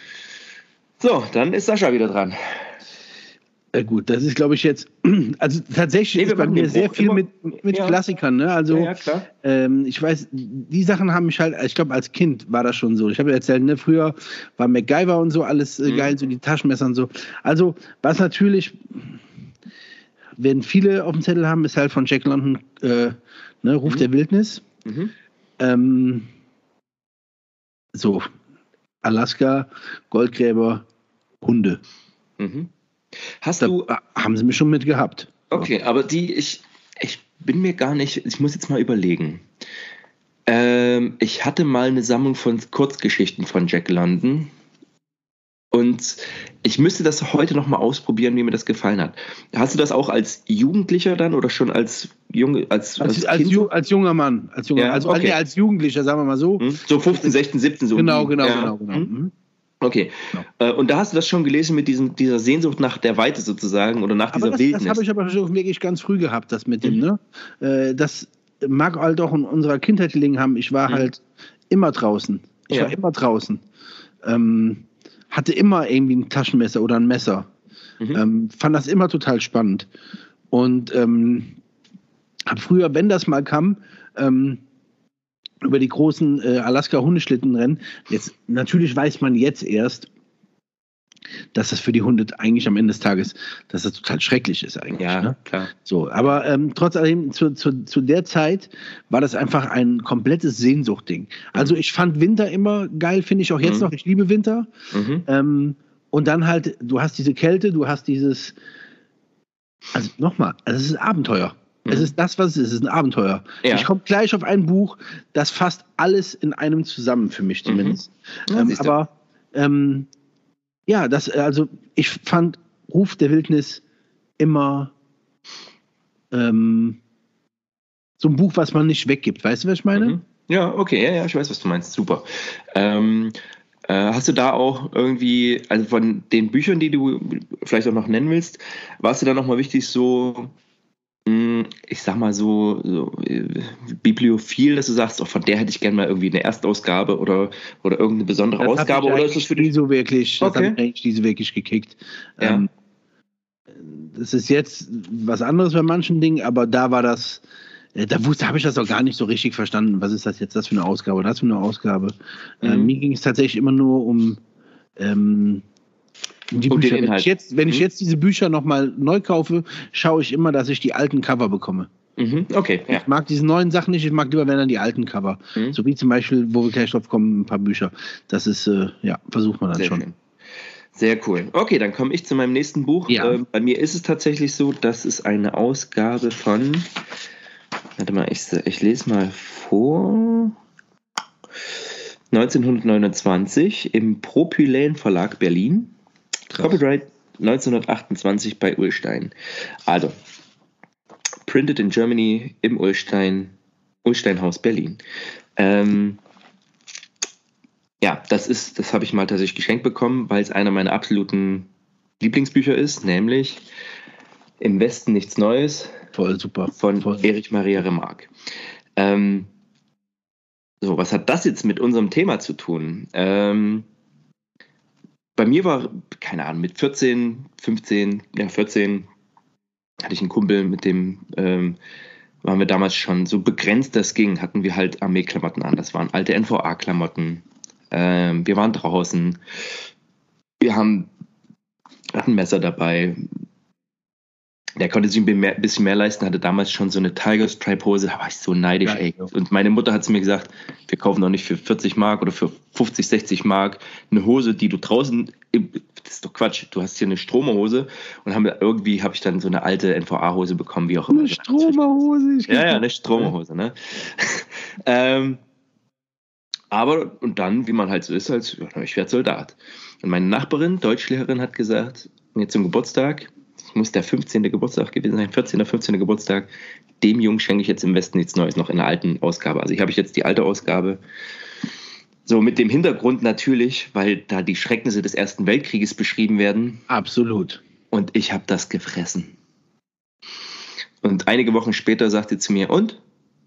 So, dann ist Sascha wieder dran. Ja, gut, das ist, glaube ich, jetzt, also tatsächlich nee, ist bei mir sehr viel mit, mit ja. Klassikern, ne? Also, ja, ja, klar. Ähm, ich weiß, die Sachen haben mich halt, ich glaube, als Kind war das schon so. Ich habe ja erzählt, ne, früher war MacGyver und so alles äh, mhm. geil, so die Taschenmesser und so. Also, was natürlich, werden viele auf dem Zettel haben, ist halt von Jack London, äh, ne, Ruf mhm. der Wildnis. Mhm. Ähm, so, Alaska, Goldgräber, Hunde. Mhm. Hast da du. Haben sie mich schon mit gehabt. Okay, aber die, ich, ich bin mir gar nicht, ich muss jetzt mal überlegen. Ähm, ich hatte mal eine Sammlung von Kurzgeschichten von Jack London und ich müsste das heute nochmal ausprobieren, wie mir das gefallen hat. Hast du das auch als Jugendlicher dann oder schon als junge, als, als, als, als, Ju, als junger Mann? Als, junger, ja, also okay. als Jugendlicher, sagen wir mal so. So fünfzehn, sechzehn, siebzehn so. Genau, genau, ja. genau, genau. Mhm. Okay. Genau. Und da hast du das schon gelesen mit diesem, dieser Sehnsucht nach der Weite sozusagen oder nach aber dieser das, Wildnis? Das habe ich aber schon wirklich ganz früh gehabt, das mit dem, mhm. ne? Das mag halt auch in unserer Kindheit gelegen haben. Ich war mhm. halt immer draußen. Ich ja. war immer draußen. Ähm, hatte immer irgendwie ein Taschenmesser oder ein Messer. Mhm. Ähm, fand das immer total spannend. Und ähm, habe früher, wenn das mal kam, ähm, über die großen äh, Alaska-Hundeschlittenrennen. Jetzt, natürlich weiß man jetzt erst, dass das für die Hunde eigentlich am Ende des Tages, dass das total schrecklich ist eigentlich. Ja, ne? klar. So, aber ähm, trotz allem, zu, zu, zu der Zeit war das einfach ein komplettes Sehnsuchtding. Also ich fand Winter immer geil, finde ich auch jetzt mhm. noch. Ich liebe Winter. Mhm. Ähm, und dann halt, du hast diese Kälte, du hast dieses, also nochmal, also es ist Abenteuer. Es ist das, was es ist. Es ist ein Abenteuer. Ja. Ich komme gleich auf ein Buch, das fasst alles in einem zusammen, für mich zumindest. Mhm. Ja, ähm, aber ähm, ja, das, also ich fand Ruf der Wildnis immer ähm, so ein Buch, was man nicht weggibt. Weißt du, was ich meine? Mhm. Ja, okay, ja, ja, ich weiß, was du meinst. Super. Ähm, äh, hast du da auch irgendwie, also von den Büchern, die du vielleicht auch noch nennen willst, war es dir da nochmal wichtig, so ich sag mal so, so äh, bibliophil, dass du sagst, oh, von der hätte ich gerne mal irgendwie eine Erstausgabe oder, oder irgendeine besondere das Ausgabe oder ist das für dich nie so wirklich, das okay. hat mich eigentlich nie so wirklich gekickt. Ja. Ähm, das ist jetzt was anderes bei manchen Dingen, aber da war das, äh, da wusste, habe ich das auch gar nicht so richtig verstanden. Was ist das jetzt, das für eine Ausgabe, das für eine Ausgabe? Mhm. Äh, mir ging es tatsächlich immer nur um ähm, Die und Bücher. Den Inhalt. Wenn ich jetzt, wenn ich jetzt diese Bücher nochmal neu kaufe, schaue ich immer, dass ich die alten Cover bekomme. Mhm. Okay, ja. Ich mag diese neuen Sachen nicht, ich mag lieber, wenn dann die alten Cover. Mhm. So wie zum Beispiel, wo wir gleich drauf kommen, ein paar Bücher. Das ist, äh, ja, versucht man dann Sehr schon. Schön. Sehr cool. Okay, dann komme ich zu meinem nächsten Buch. Ja. Ähm, bei mir ist es tatsächlich so, das ist eine Ausgabe von, warte mal, ich, ich lese mal vor, neunzehnhundertneunundzwanzig im Propyläen Verlag Berlin. Krass. Copyright neunzehnhundertachtundzwanzig bei Ullstein. Also, printed in Germany im Ullstein, Ullsteinhaus Berlin. Ähm, ja, das ist, das habe ich mal tatsächlich geschenkt bekommen, weil es einer meiner absoluten Lieblingsbücher ist, nämlich Im Westen nichts Neues. Voll super. Von Voll. Erich Maria Remarque. Ähm, so, was hat das jetzt mit unserem Thema zu tun? Ähm, bei mir war, keine Ahnung, mit vierzehn, fünfzehn, ja vierzehn, hatte ich einen Kumpel, mit dem ähm, waren wir damals schon so begrenzt das ging, hatten wir halt Armeeklamotten an. Das waren alte N V A-Klamotten. Ähm, wir waren draußen. Wir haben hatten Messer dabei. Der konnte sich ein bisschen mehr leisten, hatte damals schon so eine Tiger Stripe Hose. Da war ich so neidisch, ey. Und meine Mutter hat zu mir gesagt, wir kaufen doch nicht für vierzig Mark oder für fünfzig, sechzig Mark eine Hose, die du draußen, das ist doch Quatsch, du hast hier eine Stromerhose. Und haben irgendwie habe ich dann so eine alte N V A-Hose bekommen, wie auch immer. Eine Stromerhose? Ich ja, ja, eine Stromerhose, ne? ähm, aber, und dann, wie man halt so ist, als ja, ich werde Soldat. Und meine Nachbarin, Deutschlehrerin, hat gesagt, mir zum Geburtstag, muss der fünfzehnte Geburtstag gewesen sein, vierzehnter, fünfzehnter Geburtstag, dem Jungen schenke ich jetzt im Westen nichts Neues, noch in der alten Ausgabe. Also ich habe jetzt die alte Ausgabe. So mit dem Hintergrund natürlich, weil da die Schrecknisse des Ersten Weltkrieges beschrieben werden. Absolut. Und ich habe das gefressen. Und einige Wochen später sagte sie zu mir, und?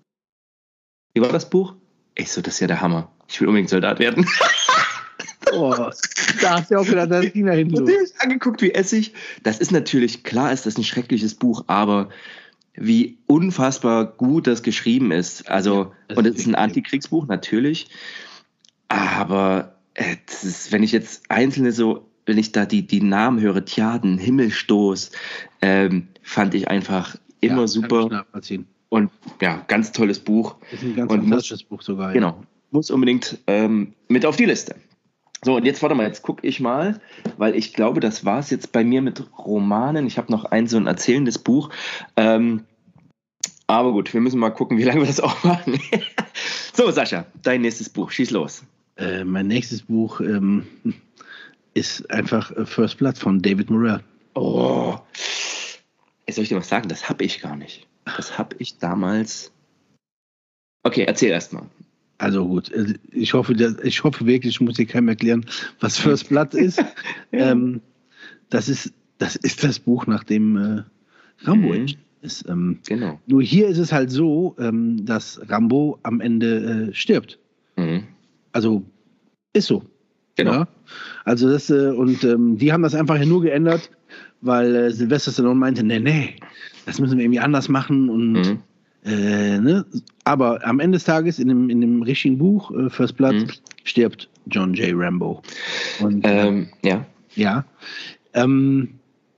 Wie war das Buch? Ich so, das ist ja der Hammer. Ich will unbedingt Soldat werden. Oh, da hast du auch gedacht, das ging da hinten los. Und ich angeguckt wie Essig. Das ist natürlich, klar ist das ein schreckliches Buch, aber wie unfassbar gut das geschrieben ist. Also, ja, und es ist ein Antikriegsbuch, natürlich. Aber äh, das ist, wenn ich jetzt einzelne so, wenn ich da die, die Namen höre, Tjaden, Himmelstoß, ähm, fand ich einfach immer ja, super. Kann ich nachvollziehen. Und ja, ganz tolles Buch. Das ist ein ganz und fantastisches muss, Buch sogar. Ja. Genau, muss unbedingt ähm, mit auf die Liste. So, und jetzt warte mal, jetzt gucke ich mal, weil ich glaube, das war es jetzt bei mir mit Romanen. Ich habe noch ein so ein erzählendes Buch. Ähm, aber gut, wir müssen mal gucken, wie lange wir das auch machen. So, Sascha, dein nächstes Buch, schieß los. Äh, mein nächstes Buch ähm, ist einfach First Blood von David Morrell. Oh, jetzt soll ich dir was sagen, das habe ich gar nicht. Das habe ich damals... Okay, erzähl erst mal. Also gut, ich hoffe, ich hoffe wirklich, ich muss dir keinem erklären, was First Blood ist. Ja. ähm, das ist. Das ist das Buch, nach dem äh, Rambo mhm. ist. Ähm, genau. Nur hier ist es halt so, ähm, dass Rambo am Ende äh, stirbt. Mhm. Also ist so. Genau. Ja? Also das, äh, und ähm, die haben das einfach nur geändert, weil äh, Sylvester Stallone meinte, nee, nee, das müssen wir irgendwie anders machen und mhm. Äh, ne? Aber am Ende des Tages in dem, in dem richtigen Buch, äh, First Blood, mhm. stirbt John J. Rambo. Und, ähm, ja. Ja. Ähm,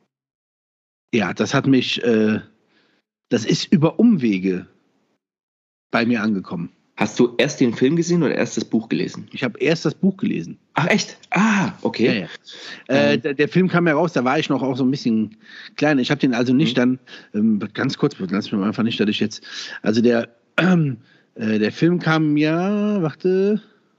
ja, das hat mich, äh, das ist über Umwege bei mir angekommen. Hast du erst den Film gesehen oder erst das Buch gelesen? Ich habe erst das Buch gelesen. Ach echt? Ah, okay. Ja, ja. Äh, der, der Film kam ja raus, da war ich noch auch so ein bisschen klein. Ich habe den also nicht mhm. dann, ähm, ganz kurz, lass mich mal einfach nicht, dass ich jetzt, also der, ähm, äh, der Film kam ja, warte.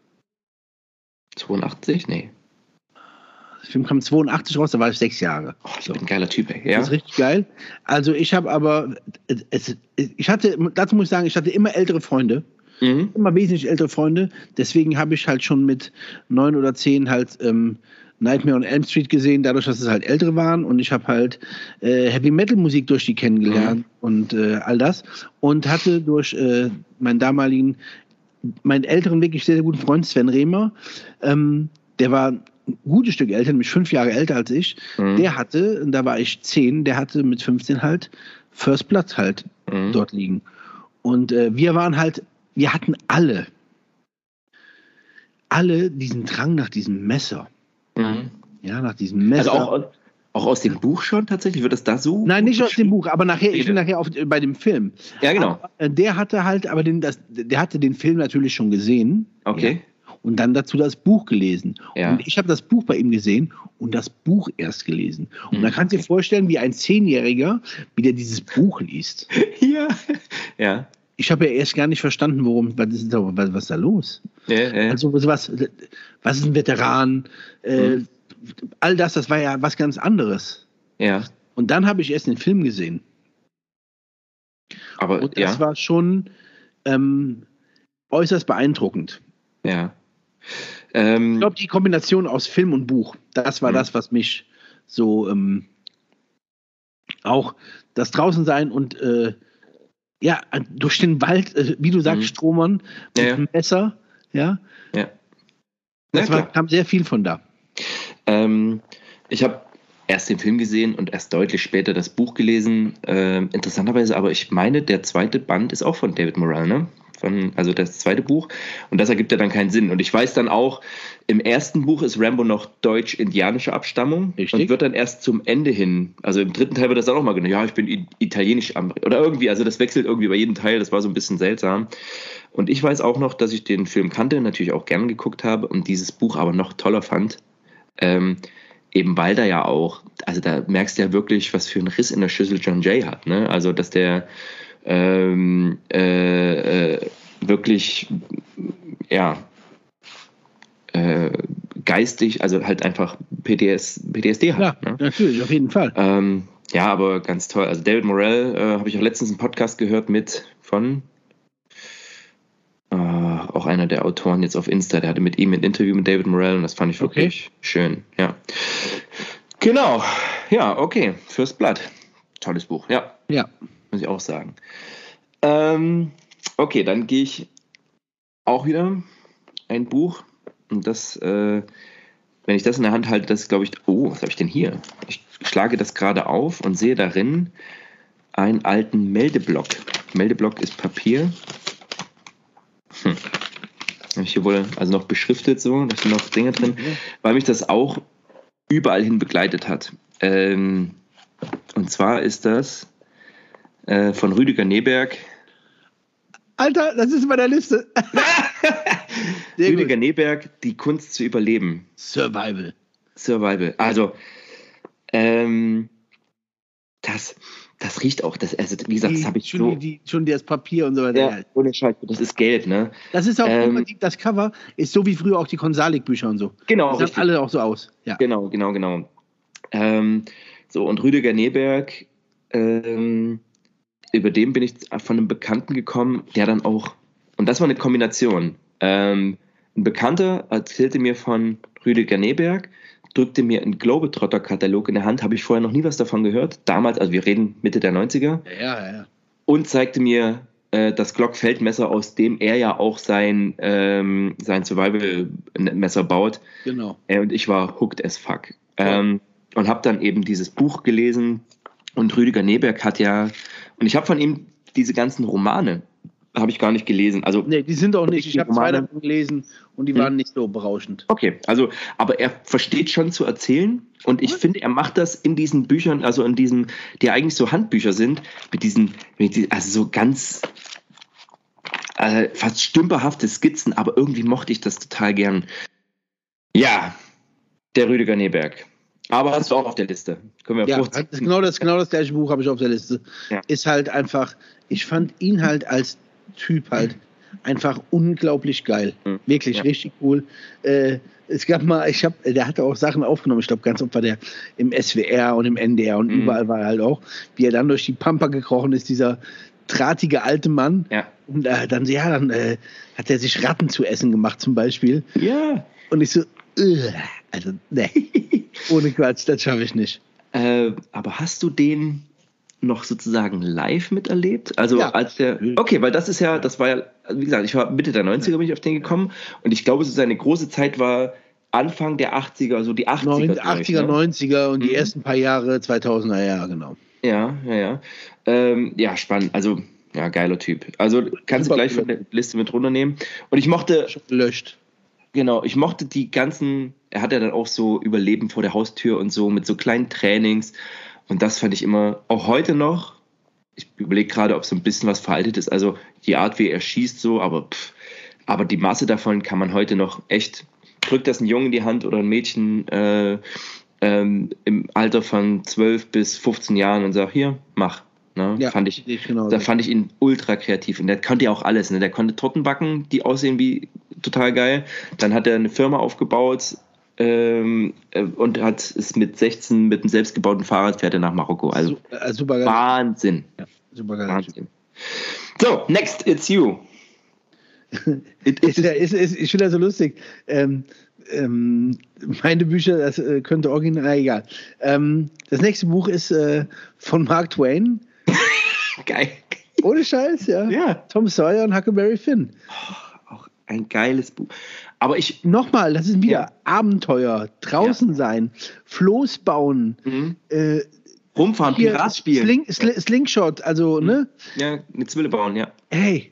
zweiundachtzig? Nee. Der Film kam zweiundachtzig raus, da war ich sechs Jahre. Oh, ich bin ein geiler Typ, ey. Ja? Das ist richtig geil. Also ich habe aber, es, ich hatte, dazu muss ich sagen, ich hatte immer ältere Freunde. Mhm. Immer wesentlich ältere Freunde. Deswegen habe ich halt schon mit neun oder zehn halt ähm, Nightmare on Elm Street gesehen, dadurch, dass es halt ältere waren. Und ich habe halt äh, Heavy Metal Musik durch die kennengelernt mhm. und äh, all das. Und hatte durch äh, meinen damaligen, meinen älteren, wirklich sehr, sehr guten Freund Sven Rehmer, ähm, der war ein gutes Stück älter, nämlich fünf Jahre älter als ich. Mhm. Der hatte, und da war ich zehn, der hatte mit fünfzehn halt First Blood halt mhm. dort liegen. Und äh, wir waren halt Wir hatten alle, alle diesen Drang nach diesem Messer. Mhm. Ja, nach diesem Messer. Also auch, auch aus dem Buch schon tatsächlich? Wird das da so? Nein, nicht aus dem Buch, aber nachher, ich bin nachher auf, bei dem Film. Ja, genau. Aber, der hatte halt, aber den, das, der hatte den Film natürlich schon gesehen. Okay. Ja, und dann dazu das Buch gelesen. Ja. Und ich habe das Buch bei ihm gesehen und das Buch erst gelesen. Und Mhm. dann kannst du dir vorstellen, wie ein Zehnjähriger, wie der dieses Buch liest. Ja. Ja. Ich habe ja erst gar nicht verstanden, worum, was ist da, was, was ist da los? Ja, ja. Also was, was ist ein Veteran? Äh, Mhm. All das, das war ja was ganz anderes. Ja. Und dann habe ich erst den Film gesehen. Aber Und das ja. war schon ähm, äußerst beeindruckend. Ja. Ähm, Ich glaube, die Kombination aus Film und Buch, das war Mhm. das, was mich so ähm, auch das Draußensein und äh, ja, durch den Wald, äh, wie du sagst, Mhm. Stromern mit Ja, ja. dem Messer, ja, ja. das Ja, war, klar. kam sehr viel von da. Ähm, ich habe erst den Film gesehen und erst deutlich später das Buch gelesen. Ähm, interessanterweise, aber ich meine, der zweite Band ist auch von David Morrell, ne? Von, also das zweite Buch. Und das ergibt ja dann keinen Sinn. Und ich weiß dann auch, im ersten Buch ist Rambo noch deutsch-indianischer Abstammung. Richtig. Und wird dann erst zum Ende hin, also im dritten Teil wird das dann auch mal genannt, ja, ich bin i- italienisch am- oder irgendwie, also das wechselt irgendwie bei jedem Teil, das war so ein bisschen seltsam. Und ich weiß auch noch, dass ich den Film kannte, natürlich auch gern geguckt habe und dieses Buch aber noch toller fand. Ähm, eben weil da ja auch, also da merkst du ja wirklich, was für einen Riss in der Schüssel John Jay hat, ne? Also dass der ähm, äh, äh, wirklich ja äh, geistig, also halt einfach P T S, P T S D hat. Ja, Ne? natürlich, auf jeden Fall. Ähm, ja, aber ganz toll. Also David Morrell äh, habe ich auch letztens einen Podcast gehört mit von äh, auch einer der Autoren jetzt auf Insta, der hatte mit ihm ein Interview mit David Morrell und das fand ich wirklich Okay. schön. Ja, genau. Ja, okay. First Blood. Tolles Buch. Ja, Ja. muss ich auch sagen. Ähm, okay, dann gehe ich auch wieder ein Buch und das, äh, wenn ich das in der Hand halte, das ist, glaube ich, oh, was habe ich denn hier? Ich schlage das gerade auf und sehe darin einen alten Meldeblock. Meldeblock ist Papier. Hm. Habe ich hier wohl also noch beschriftet so, da sind noch Dinge drin, weil mich das auch überall hin begleitet hat. Ähm, und zwar ist das äh, von Rüdiger Neberg. Alter, das ist bei der Liste. Sehr Rüdiger gut. Neberg, die Kunst zu überleben. Survival. Survival. Also, ähm, das, das riecht auch, das, also wie gesagt, Die, das habe ich schon, so. die, die, schon das Papier und so weiter. Ja, Ja. ohne Scheiß, das ist Geld, ne? Das ist auch Ähm, immer, die- das Cover ist so wie früher auch die Konsalik-Bücher und so. Genau, Die sahen richtig. alle auch so aus. Ja. Genau, genau, genau. Ähm, so, und Rüdiger Neberg, ähm, über den bin ich von einem Bekannten gekommen, der dann auch, und das war eine Kombination. Ähm, ein Bekannter erzählte mir von Rüdiger Neberg, drückte mir einen Globetrotter-Katalog in der Hand, habe ich vorher noch nie was davon gehört. Damals, also wir reden Mitte der neunziger, Ja, ja, ja. und zeigte mir äh, das Glock-Feldmesser, aus dem er ja auch sein, ähm, sein Survival-Messer baut. Genau. Äh, und ich war hooked as fuck. Ähm, und habe dann eben dieses Buch gelesen. Und Rüdiger Neberg hat ja, und ich habe von ihm diese ganzen Romane, habe ich gar nicht gelesen. Also, Nee, die sind auch nicht. Ich habe zwei Romane. davon gelesen und die Hm. waren nicht so berauschend. okay, also, aber er versteht schon zu erzählen. Und ich finde, er macht das in diesen Büchern, also in diesen, die eigentlich so Handbücher sind, mit diesen, mit diesen also so ganz äh, fast stümperhafte Skizzen, aber irgendwie mochte ich das total gern. Ja, der Rüdiger Neberg. Aber hast du auch auf der Liste. Können wir Ja, vorziehen. das, genau, das, genau das gleiche Buch habe ich auf der Liste. Ja. Ist halt einfach, ich fand ihn halt als Typ halt einfach unglaublich geil. Mhm. Wirklich Ja. richtig cool. Äh, es gab mal, ich habe, der hatte auch Sachen aufgenommen, ich glaube ganz oft war der im S W R und im N D R und Mhm. überall war er halt auch, wie er dann durch die Pampa gekrochen ist, dieser drahtige alte Mann. Ja. Und äh, dann, ja, dann äh, hat er sich Ratten zu essen gemacht zum Beispiel. Ja. Und ich so, äh, also, ne, ohne Quatsch, das schaffe ich nicht. Äh, aber hast du den noch sozusagen live miterlebt? Also Ja. als der. Okay, weil das ist ja, das war ja, wie gesagt, ich war Mitte der neunziger bin ich auf den gekommen und ich glaube, so seine große Zeit war Anfang der achtziger, also die achtziger. durch, achtziger, ne? neunziger und die Mhm. ersten paar Jahre zweitausender, ja, genau. Ja, ja, ja. Ähm, ja, spannend. Also, ja, geiler Typ. Also kannst du Super gleich von der Liste mit runternehmen. Und ich mochte, Schon gelöscht. genau, ich mochte die ganzen, er hat ja dann auch so Überleben vor der Haustür und so mit so kleinen Trainings. Und das fand ich immer, auch heute noch, ich überlege gerade, ob so ein bisschen was veraltet ist. Also die Art, wie er schießt, so, aber pff, aber die Masse davon kann man heute noch echt, drückt das ein Junge in die Hand oder ein Mädchen äh, ähm, im Alter von zwölf bis fünfzehn Jahren und sagt, hier, mach. Ne? Ja, fand ich, genau da so. fand ich ihn ultra kreativ und der konnte ja auch alles. Ne? Der konnte Torten backen, die aussehen wie total geil. Dann hat er eine Firma aufgebaut, Ähm, und hat es mit sechzehn mit einem selbstgebauten Fahrrad fährt er nach Marokko. Also Su- äh, super geil. Wahnsinn. Ja, super geil. Wahnsinn. So, next, it's you. It, ist, ist, ist, ich finde das so lustig. Ähm, ähm, meine Bücher, das äh, könnte original, na, egal. Ähm, das nächste Buch ist äh, von Mark Twain. Geil. Ohne Scheiß, ja. Ja. Tom Sawyer und Huckleberry Finn. Oh, auch ein geiles Buch. Aber ich. Nochmal, das ist wieder Ja. Abenteuer, draußen Ja. sein, Floß bauen, Mhm. äh, Rumfahren, hier Pirat spielen. Sling, Sl Slingshot, also, Mhm. ne? Ja, eine Zwille bauen, ja. Hey,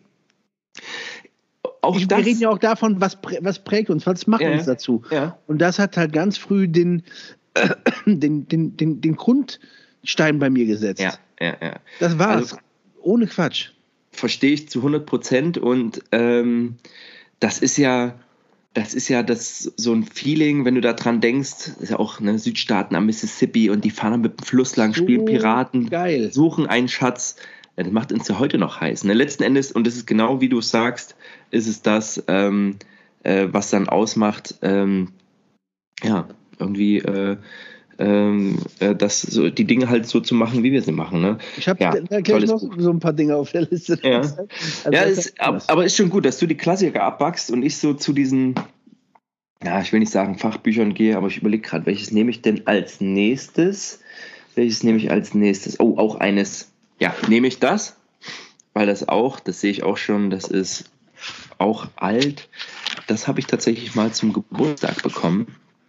Auch ich, das. wir reden ja auch davon, was, prä was prägt uns, was macht Ja, uns ja. dazu. Ja. Und das hat halt ganz früh den, äh, den, den, den, den Grundstein bei mir gesetzt. Ja, ja, ja. Das war's. Also- Ohne Quatsch. Verstehe ich zu hundert Prozent und ähm, das ist ja, das ist ja das, so ein Feeling, wenn du da dran denkst, ist ja auch ne, Südstaaten am Mississippi und die fahren dann mit dem Fluss lang, So spielen Piraten, geil. suchen einen Schatz. Ja, das macht uns ja heute noch heiß. Ne? Letzten Endes, und das ist genau wie du sagst, ist es das, ähm, äh, was dann ausmacht, ähm, ja, irgendwie äh, ähm, äh, das, so, die Dinge halt so zu machen, wie wir sie machen. Ne? Ich habe Ja, da gleich tolles noch Buch. so ein paar Dinge auf der Liste. Ja. Also Ja, das ist, ab- aber ist schon gut, dass du die Klassiker abbackst und ich so zu diesen, ja, ich will nicht sagen Fachbüchern gehe, aber ich überlege gerade, welches nehme ich denn als nächstes? Welches nehme ich als nächstes? Oh, auch eines. Ja, nehme ich das, weil das auch, das sehe ich auch schon, das ist auch alt. Das habe ich tatsächlich mal zum Geburtstag bekommen.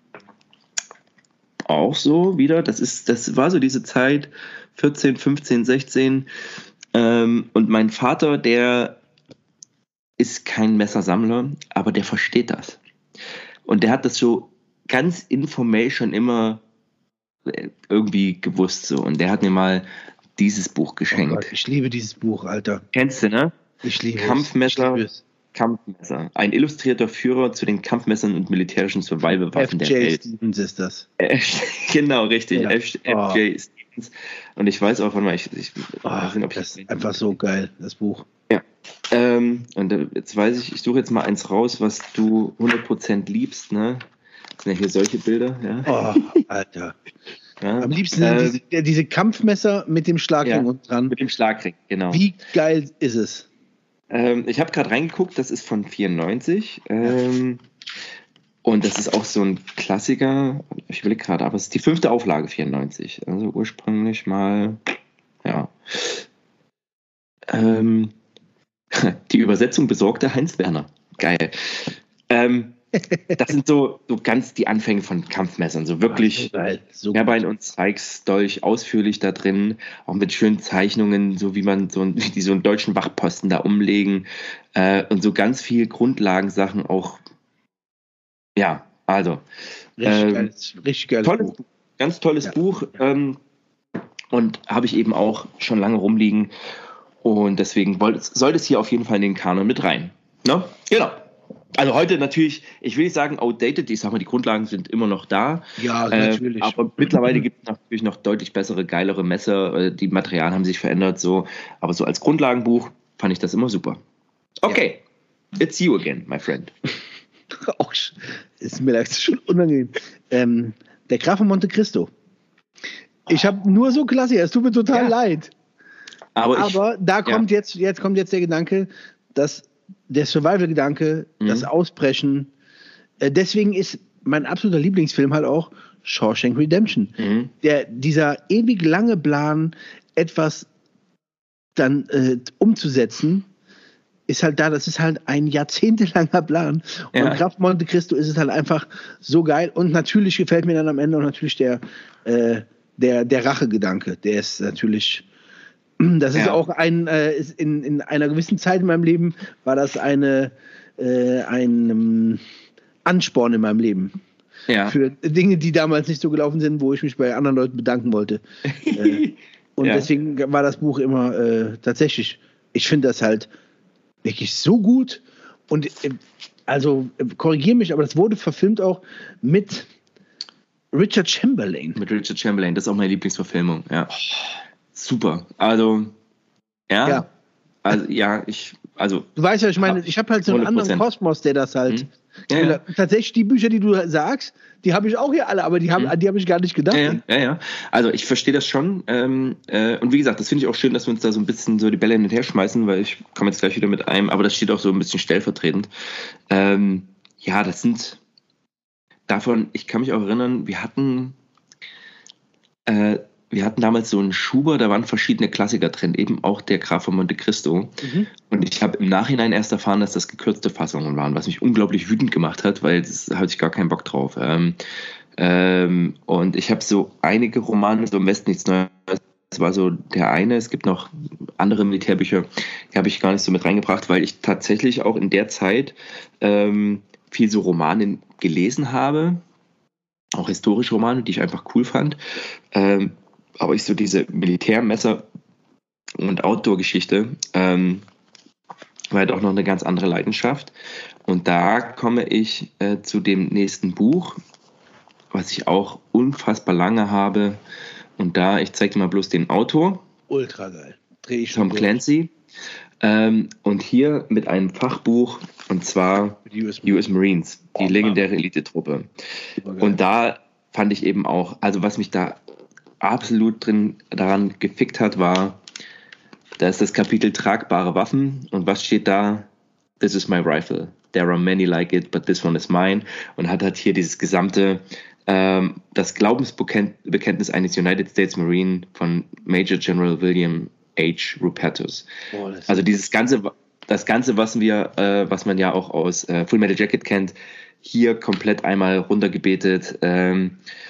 Auch so wieder, das ist, das war so diese Zeit, vierzehn, fünfzehn, sechzehn. Ähm, und mein Vater, der ist kein Messersammler, aber der versteht das. Und der hat das so ganz informell schon immer äh, irgendwie gewusst so. Und der hat mir mal dieses Buch Oh geschenkt. Gott, ich liebe dieses Buch, Alter. Kennst du, ne? Ich liebe Kampfmesser. es. Ich liebe es. Kampfmesser. Ein illustrierter Führer zu den Kampfmessern und militärischen Survival-Waffen der F J Welt. Stevens ist das. F- genau, richtig. Ja. F- Oh. F J Stevens. Und ich weiß auch, warte mal, ich, ich Oh, weiß nicht, ob ich das ist einfach so geil, das Buch. Ja. Ähm, und äh, jetzt weiß ich, ich suche jetzt mal eins raus, was du hundert Prozent liebst, ne? Das sind ja hier solche Bilder, ja. Oh, Alter. ja. Am liebsten Ähm, sind diese, diese Kampfmesser mit dem Schlagring ja, unten dran. mit dem Schlagring, genau. Wie geil ist es? Ähm, ich habe gerade reingeguckt, das ist von vierundneunzig. Ähm, und das ist auch so ein Klassiker. Ich will gerade, aber es ist die fünfte Auflage vierundneunzig. Also ursprünglich mal, ja. Ähm, die Übersetzung besorgte Heinz Werner. Geil. Ähm, das sind so, so ganz die Anfänge von Kampfmessern. So wirklich. So geil. So Meerbein und Sykes Dolch ausführlich da drin, auch mit schönen Zeichnungen, so wie man so, ein, die so einen deutschen Wachposten da umlegen äh, und so ganz viel Grundlagensachen auch. Ja, also richtig ähm, geiles, richtig geiles tolles, Buch. ganz tolles Ja. Buch ähm, und habe ich eben auch schon lange rumliegen und deswegen wollte, sollte es hier auf jeden Fall in den Kanon mit rein. Ne? Genau. Also heute natürlich, ich will nicht sagen outdated, ich sag mal, die Grundlagen sind immer noch da. Ja, Äh, natürlich. aber mittlerweile gibt es natürlich noch deutlich bessere, geilere Messer. äh, Die Materialien haben sich verändert, so. Aber so als Grundlagenbuch fand ich das immer super. Okay, it's you again, my friend. Auch sch- ist mir das schon unangenehm. Ähm, der Graf von Monte Cristo. Ich habe nur so Klassiker, es tut mir total Ja. leid. Aber, ich, Aber da kommt jetzt, jetzt kommt jetzt der Gedanke, dass der Survival-Gedanke, Mhm. das Ausbrechen. Äh, deswegen ist mein absoluter Lieblingsfilm halt auch Shawshank Redemption. Mhm. Der, dieser ewig lange Plan, etwas dann äh, umzusetzen, ist halt da, das ist halt ein jahrzehntelanger Plan. Und Ja. bei Graf Monte Cristo ist es halt einfach so geil. Und natürlich gefällt mir dann am Ende auch natürlich der, äh, der, der Rachegedanke. Der ist natürlich, das ist Ja. auch ein, äh, ist in, in einer gewissen Zeit in meinem Leben war das eine, äh, ein ähm, Ansporn in meinem Leben. ja. Für Dinge, die damals nicht so gelaufen sind, wo ich mich bei anderen Leuten bedanken wollte. äh, und Ja. deswegen war das Buch immer äh, tatsächlich, ich finde das halt wirklich so gut und äh, also äh, korrigiere mich, aber das wurde verfilmt auch mit Richard Chamberlain. Mit Richard Chamberlain, das ist auch meine Lieblingsverfilmung, ja. Super. Also, ja. Ja. Also, ja, ich, also. Du weißt ja, ich meine, ich habe halt so einen hundert Prozent anderen Kosmos, der das halt. Hm. Ja, ja. Tatsächlich, die Bücher, die du sagst, die habe ich auch hier alle, aber die habe hm. die hab ich gar nicht gedacht. Ja, ja, ja, ja. Also ich verstehe das schon. Ähm, äh, und wie gesagt, das finde ich auch schön, dass wir uns da so ein bisschen so die Bälle hin und her schmeißen, weil ich komme jetzt gleich wieder mit einem, aber das steht auch so ein bisschen stellvertretend. Ähm, ja, das sind davon, ich kann mich auch erinnern, wir hatten äh, wir hatten damals so einen Schuber, da waren verschiedene Klassiker drin, eben auch der Graf von Monte Cristo. Mhm. Und ich habe im Nachhinein erst erfahren, dass das gekürzte Fassungen waren, was mich unglaublich wütend gemacht hat, weil das hatte ich gar keinen Bock drauf. Ähm, ähm, und ich habe so einige Romane, so im Westen nichts Neues, das war so der eine, es gibt noch andere Militärbücher, die habe ich gar nicht so mit reingebracht, weil ich tatsächlich auch in der Zeit ähm, viel so Romane gelesen habe, auch historische Romane, die ich einfach cool fand. Ähm, aber ich so diese Militärmesser- und Outdoor-Geschichte ähm, war halt auch noch eine ganz andere Leidenschaft. Und da komme ich äh, zu dem nächsten Buch, was ich auch unfassbar lange habe. Und da, ich zeige dir mal bloß den Autor. Ultra geil. Dreh ich schon Tom Clancy. Ähm, und hier mit einem Fachbuch, und zwar U S, U S Marines, die oh, legendäre Elite-Truppe. Und da fand ich eben auch, also was mich da absolut drin daran gefickt hat, war, da ist das Kapitel tragbare Waffen und was steht da? This is my rifle. There are many like it, but this one is mine. Und hat halt hier dieses gesamte, ähm, das Glaubensbekenntnis eines United States Marine von Major General William H. Rupertus. Oh, also dieses ganze, das Ganze, was wir, äh, was man ja auch aus äh, Full Metal Jacket kennt, hier komplett einmal runtergebetet. Ähm,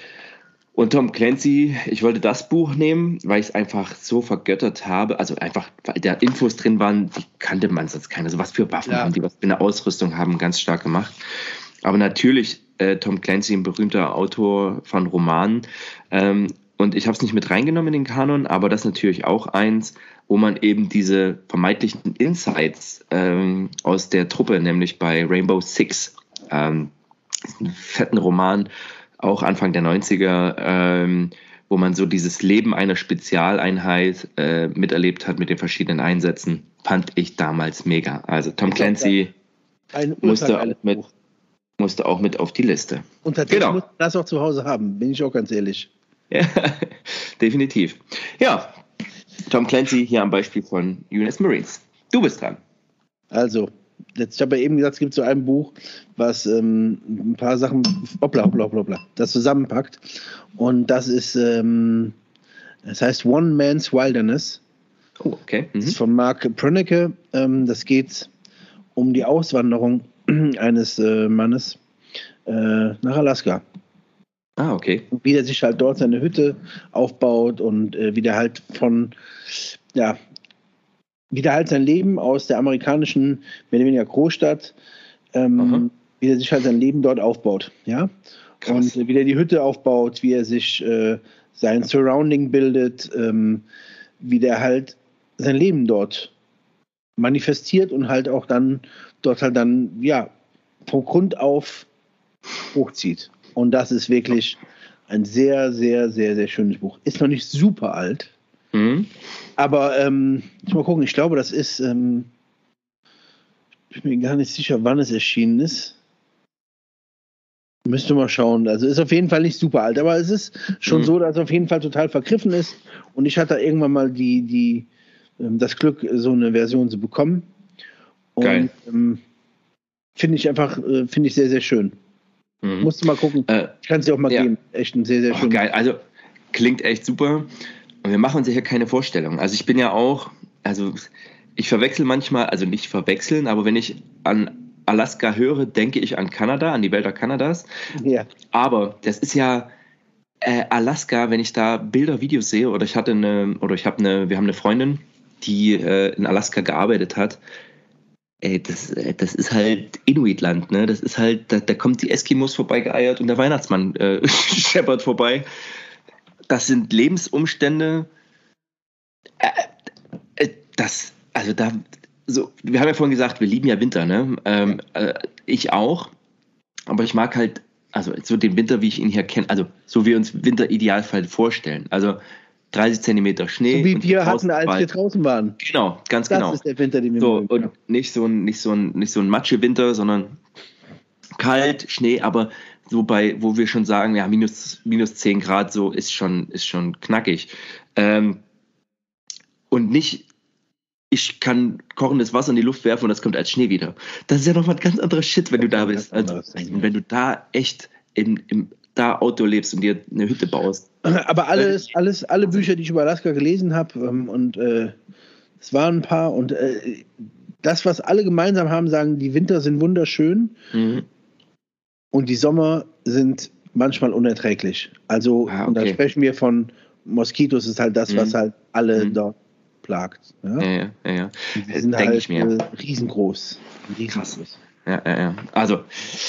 Und Tom Clancy, ich wollte das Buch nehmen, weil ich es einfach so vergöttert habe. Also einfach, weil da Infos drin waren, die kannte man sonst keine. So was für Waffen ja. haben die, was für eine Ausrüstung haben, ganz stark gemacht. Aber natürlich, äh, Tom Clancy, ein berühmter Autor von Romanen. Ähm, und ich habe es nicht mit reingenommen in den Kanon, aber das ist natürlich auch eins, wo man eben diese vermeintlichen Insights ähm, aus der Truppe, nämlich bei Rainbow Six, ähm, einen fetten Roman, auch Anfang der neunziger, ähm, wo man so dieses Leben einer Spezialeinheit äh, miterlebt hat mit den verschiedenen Einsätzen, fand ich damals mega. Also Tom Clancy musste auch, mit, musste auch mit auf die Liste. Und tatsächlich genau. muss man das auch zu Hause haben, bin ich auch ganz ehrlich. Ja, definitiv. Ja, Tom Clancy hier am Beispiel von U S Marines. Du bist dran. Also, jetzt, ich habe ja eben gesagt, es gibt so ein Buch, was ähm, ein paar Sachen, hoppla, hoppla, hoppla, hoppla, das zusammenpackt. Und das ist, ähm, das heißt One Man's Wilderness. Oh, okay. Mhm. Das ist von Mark Prönecke. Ähm, das geht um die Auswanderung eines äh, Mannes äh, nach Alaska. Ah, okay. Und wie der sich halt dort seine Hütte aufbaut und äh, wie der halt von, ja, wie der halt sein Leben aus der amerikanischen, mehr oder weniger Großstadt, ähm, wie er sich halt sein Leben dort aufbaut, ja. Krass. Und äh, wie der die Hütte aufbaut, wie er sich äh, sein Surrounding bildet, ähm, wie der halt sein Leben dort manifestiert und halt auch dann dort halt dann, ja, von Grund auf hochzieht. Und das ist wirklich ein sehr, sehr, sehr, sehr schönes Buch. Ist noch nicht super alt. Mhm. Aber ähm, ich mal gucken, ich glaube, das ist, ähm, ich bin mir gar nicht sicher, wann es erschienen ist. Müsste mal schauen. Also ist auf jeden Fall nicht super alt, aber es ist schon mhm. so, dass es auf jeden Fall total vergriffen ist. Und ich hatte irgendwann mal die, die, ähm, das Glück, so eine Version zu bekommen. Und Geil. Ähm, finde ich einfach, äh, finde ich sehr, sehr schön. Mhm. Musst du mal gucken. Äh, ich kann es dir auch mal ja. geben. Echt ein sehr, sehr schön. Geil, also klingt echt super. Und wir machen uns hier keine Vorstellung. Also ich bin ja auch, also ich verwechsel manchmal, also nicht verwechseln, aber wenn ich an Alaska höre, denke ich an Kanada, an die Wälder Kanadas. Ja. Aber das ist ja äh, Alaska, wenn ich da Bilder, Videos sehe, oder ich hatte eine, oder ich habe eine, wir haben eine Freundin, die äh, in Alaska gearbeitet hat. Ey, das, das ist halt Inuitland, ne? Das ist halt, da, da kommt die Eskimos vorbeigeeiert und der Weihnachtsmann äh, scheppert vorbei. Das sind Lebensumstände, äh, äh, das, also da, so, wir haben ja vorhin gesagt, wir lieben ja Winter, ne? Ähm, äh, ich auch, aber ich mag halt, also so den Winter, wie ich ihn hier kenne, also so wie wir uns Winter Idealfall vorstellen. Also dreißig Zentimeter Schnee. So wie wir hatten, als Wald. wir draußen waren. Genau, ganz das genau. Das ist der Winter, den wir so, mögen. Und nicht so ein, nicht so ein, nicht so ein Matsche-Winter, sondern kalt, Schnee, aber so bei, wo wir schon sagen, ja, minus, minus zehn Grad, so ist schon, ist schon knackig. Ähm, und nicht, ich kann kochendes Wasser in die Luft werfen und das kommt als Schnee wieder. Das ist ja nochmal ein ganz anderer Shit, wenn du da bist. Also, wenn du da echt in, im da Outdoor lebst und dir eine Hütte baust. Aber alles, alles, alle Bücher, die ich über Alaska gelesen habe, ähm, und äh, es waren ein paar, und äh, das, was alle gemeinsam haben, sagen, die Winter sind wunderschön mhm. und die Sommer sind manchmal unerträglich. Also, ah, okay. Und da sprechen wir von Moskitos, ist halt das, mhm. was halt alle mhm. dort plagt. Ja, ja, ja. ja, ja. Die sind Denk halt ich mir. Äh, riesengroß. Krass. Ja, ja, ja. Also,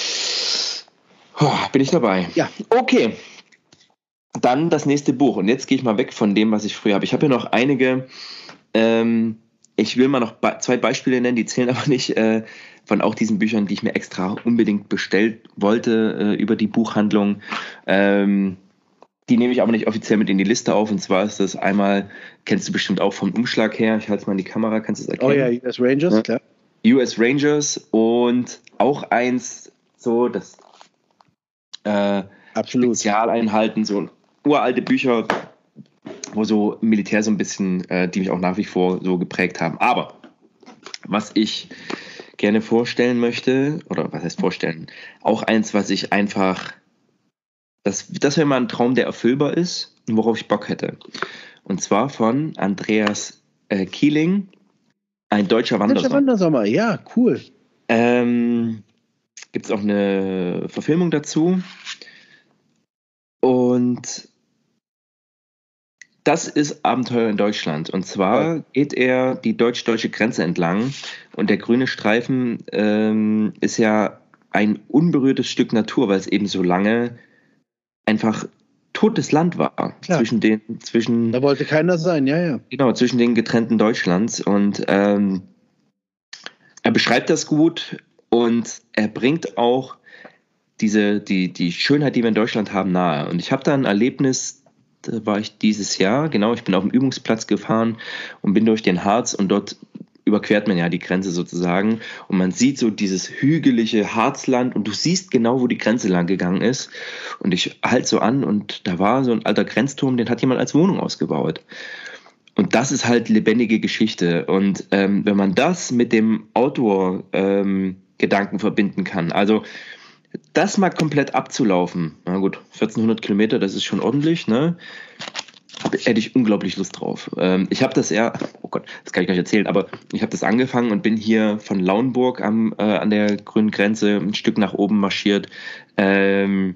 oh, bin ich dabei. Ja. Okay. Dann das nächste Buch. Und jetzt gehe ich mal weg von dem, was ich früher habe. Ich habe hier noch einige, ähm, ich will mal noch be- zwei Beispiele nennen, die zählen aber nicht, äh, von auch diesen Büchern, die ich mir extra unbedingt bestellt wollte äh, über die Buchhandlung. Ähm, die nehme ich aber nicht offiziell mit in die Liste auf. Und zwar ist das einmal, kennst du bestimmt auch vom Umschlag her, ich halte es mal in die Kamera, kannst du es erkennen? Oh ja, U S Rangers, ja. Klar. U S Rangers und auch eins, so das äh, Absolut. Spezialeinheiten, so uralte Bücher, wo so Militär so ein bisschen, äh, die mich auch nach wie vor so geprägt haben. Aber was ich gerne vorstellen möchte, oder was heißt vorstellen, auch eins, was ich einfach, das, das wäre mal ein Traum, der erfüllbar ist und worauf ich Bock hätte. Und zwar von Andreas äh, Kieling, ein deutscher Wandersommer. Deutscher Wandersommer, ja, cool. Ähm, gibt es auch eine Verfilmung dazu. Und das ist Abenteuer in Deutschland. Und zwar geht er die deutsch-deutsche Grenze entlang. Und der grüne Streifen ähm, ist ja ein unberührtes Stück Natur, weil es eben so lange einfach totes Land war. Klar. Zwischen den, zwischen, da wollte keiner sein, ja, ja. Genau, zwischen den getrennten Deutschlands. Und ähm, er beschreibt das gut und er bringt auch diese, die, die Schönheit, die wir in Deutschland haben, nahe. Und ich habe da ein Erlebnis, da war ich dieses Jahr, genau, ich bin auf dem Übungsplatz gefahren und bin durch den Harz und dort überquert man ja die Grenze sozusagen und man sieht so dieses hügelige Harzland und du siehst genau, wo die Grenze lang gegangen ist und ich halte so an und da war so ein alter Grenzturm, den hat jemand als Wohnung ausgebaut. Und das ist halt lebendige Geschichte und ähm, wenn man das mit dem Outdoor-Gedanken ähm, verbinden kann, also das mal komplett abzulaufen, na gut, vierzehnhundert Kilometer, das ist schon ordentlich, ne? Hätte ich unglaublich Lust drauf. Ähm, ich habe das eher, oh Gott, das kann ich gar nicht erzählen, aber ich habe das angefangen und bin hier von Lauenburg am, äh, an der grünen Grenze ein Stück nach oben marschiert. Ähm,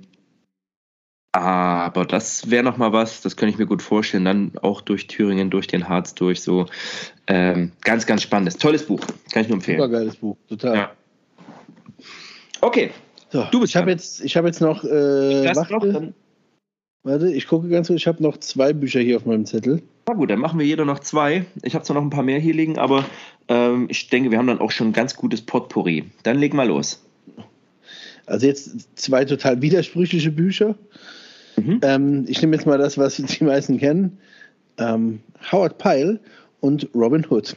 aber das wäre nochmal was, das könnte ich mir gut vorstellen, dann auch durch Thüringen, durch den Harz durch, so ähm, ganz, ganz spannendes, tolles Buch, kann ich nur empfehlen. Super geiles Buch, total. Ja. Okay. So, du bist ich habe jetzt, ich hab jetzt noch, äh, warte, noch dann? warte, ich gucke ganz kurz, ich habe noch zwei Bücher hier auf meinem Zettel. Na gut, dann machen wir jeder noch zwei. Ich habe zwar noch ein paar mehr hier liegen, aber ähm, ich denke, wir haben dann auch schon ein ganz gutes Potpourri. Dann leg mal los. Also jetzt zwei total widersprüchliche Bücher. Mhm. Ähm, ich nehme jetzt mal das, was die meisten kennen. Ähm, Howard Pyle und Robin Hood.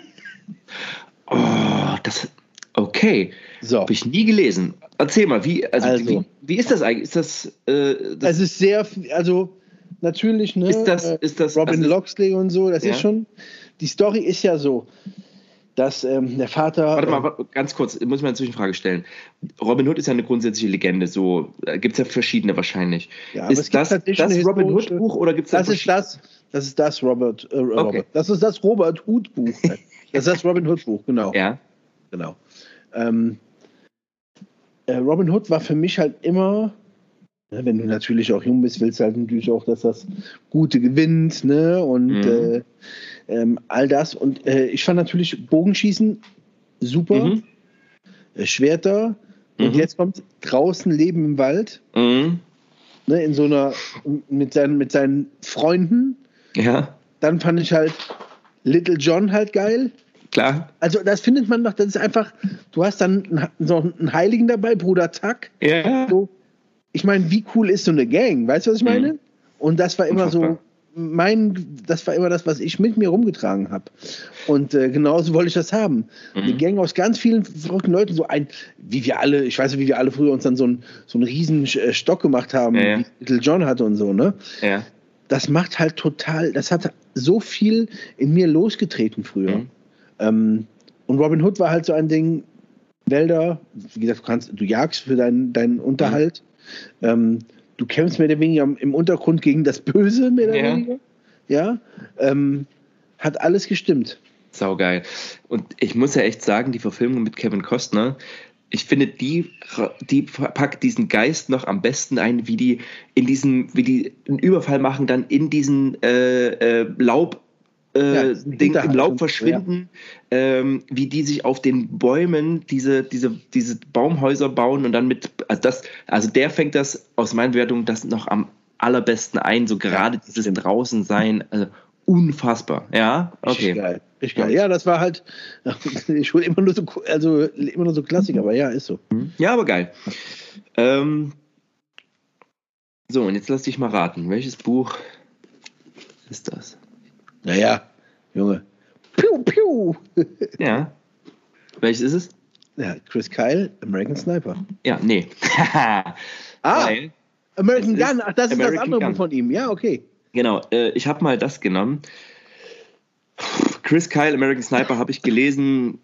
Oh, das, okay. So. Habe ich nie gelesen. Erzähl mal, wie, also, also wie, wie ist das eigentlich? Ist das, äh, das es ist sehr, also natürlich, ne? Ist das, ist das, Robin das Locksley und so, das ja. ist schon, die Story ist ja so, dass ähm, der Vater... Warte mal, warte, ganz kurz, ich muss mal eine Zwischenfrage stellen. Robin Hood ist ja eine grundsätzliche Legende, so, da gibt es ja verschiedene wahrscheinlich. Ja, aber ist es gibt das das Robin Hood Buch oder gibt es das? Ist das, das ist das Robert, äh, Robert. Okay. Das ist das Robert Hood Buch. Das ist das Robin Hood Buch, genau. Ja. Genau. Ähm, Robin Hood war für mich halt immer, ne, wenn du natürlich auch jung bist, willst du halt natürlich auch, dass das Gute gewinnt, ne, und mhm. äh, ähm, all das. Und äh, ich fand natürlich Bogenschießen super, mhm. äh, Schwerter, mhm. und jetzt kommt draußen Leben im Wald, mhm. ne, in so einer, mit seinen, mit seinen Freunden. Ja. Dann fand ich halt Little John halt geil. klar. Also das findet man doch, das ist einfach, du hast dann so einen Heiligen dabei, Bruder Tuck. Ja. So, ich meine, wie cool ist so eine Gang? Weißt du, was ich meine? Mhm. Und das war immer Unfassbar. so mein, das war immer das, was ich mit mir rumgetragen habe. Und äh, genauso wollte ich das haben. Mhm. Eine Gang aus ganz vielen verrückten Leuten, so ein, wie wir alle, ich weiß nicht, wie wir alle früher uns dann so, ein, so einen riesen Stock gemacht haben, ja, ja. wie Little John hatte und so, ne? Ja. Das macht halt total, das hat so viel in mir losgetreten früher. Mhm. Ähm, und Robin Hood war halt so ein Ding, Wälder, wie gesagt, du kannst, du jagst für deinen, deinen Unterhalt. Mhm. Ähm, du kämpfst mehr oder weniger im Untergrund gegen das Böse, mehr oder ja. weniger. Ja. Ähm, hat alles gestimmt. Saugeil. Und ich muss ja echt sagen, die Verfilmung mit Kevin Costner, ich finde, die, die packt diesen Geist noch am besten ein, wie die in diesem, wie die einen Überfall machen, dann in diesen äh, äh, Laub Äh, ja, Ding im Laub verschwinden, ja. ähm, wie die sich auf den Bäumen diese, diese, diese Baumhäuser bauen und dann mit, also das, also der fängt das aus meiner Wertung das noch am allerbesten ein, so gerade ja, dieses stimmt. draußen sein, also unfassbar, ja, okay. Richtig geil, richtig geil. Ja, das war halt, ich hole immer nur so, also immer nur so Klassiker, aber ja, ist so. Ja, aber geil. Ähm, so, und jetzt lass dich mal raten, welches Buch ist das? Naja, Junge. Piu, piu. Ja. Welches ist es? Ja, Chris Kyle, American Sniper. Ja, nee. ah, Weil American Gun. Ach, das ist American das andere Gun. Buch von ihm. Ja, okay. Genau. Äh, ich habe mal das genommen. Chris Kyle, American Sniper, habe ich gelesen.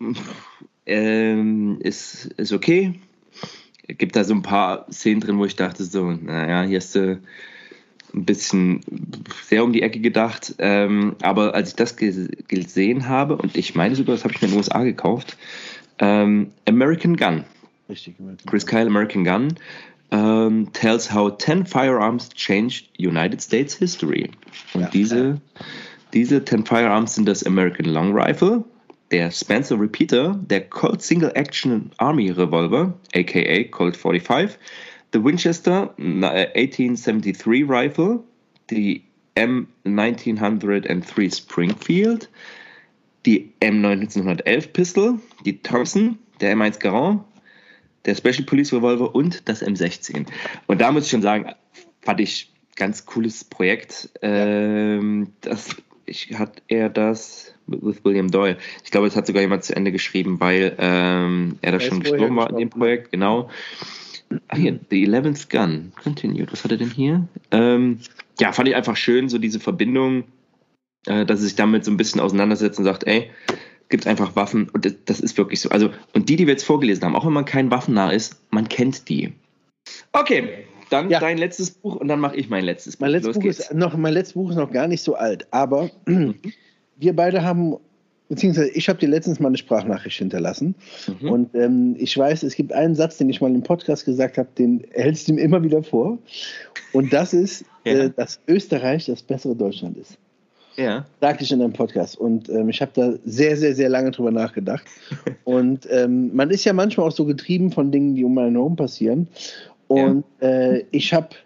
Ähm, ist, ist okay. Es gibt da so ein paar Szenen drin, wo ich dachte so, naja, hier ist du ein bisschen sehr um die Ecke gedacht, ähm, aber als ich das ge- gesehen habe, und ich meine sogar, das habe ich mir in den U S A gekauft, ähm, American Gun. Richtig, American Chris Kyle, American Gun, ähm, tells how ten firearms changed United States history. Und ja. diese, diese ten firearms sind das American Long Rifle, der Spencer Repeater, der Colt Single Action Army Revolver, aka Colt forty-five, the Winchester eighteen seventy-three Rifle, die M nineteen oh three Springfield, die M neunzehnhundertelf Pistol, die Thompson, der M eins Garand, der Special Police Revolver und das M sechzehn. Und da muss ich schon sagen, fand ich ganz cooles Projekt. Ähm, das, ich hat er das with William Doyle. Ich glaube, es hat sogar jemand zu Ende geschrieben, weil ähm, er da schon gestorben war in dem Projekt, genau. Ach hier, The eleventh Gun, continued. Was hat er denn hier? Ähm, ja, fand ich einfach schön, so diese Verbindung, äh, dass er sich damit so ein bisschen auseinandersetzt und sagt, ey, gibt einfach Waffen und das, das ist wirklich so. Also, und die, die wir jetzt vorgelesen haben, auch wenn man kein Waffennah ist, man kennt die. Okay, dann ja. dein letztes Buch und dann mache ich mein letztes Buch. Mein letztes, Buch ist noch, mein letztes Buch ist noch gar nicht so alt, aber mhm. wir beide haben, beziehungsweise ich habe dir letztens mal eine Sprachnachricht hinterlassen mhm. und ähm, ich weiß, es gibt einen Satz, den ich mal im Podcast gesagt habe, den hältst du ihm immer wieder vor und das ist, ja. äh, dass Österreich das bessere Deutschland ist. Ja. Sagte ich in einem Podcast und ähm, ich habe da sehr, sehr, sehr lange drüber nachgedacht und ähm, man ist ja manchmal auch so getrieben von Dingen, die um einen herum passieren und ja. äh, ich habe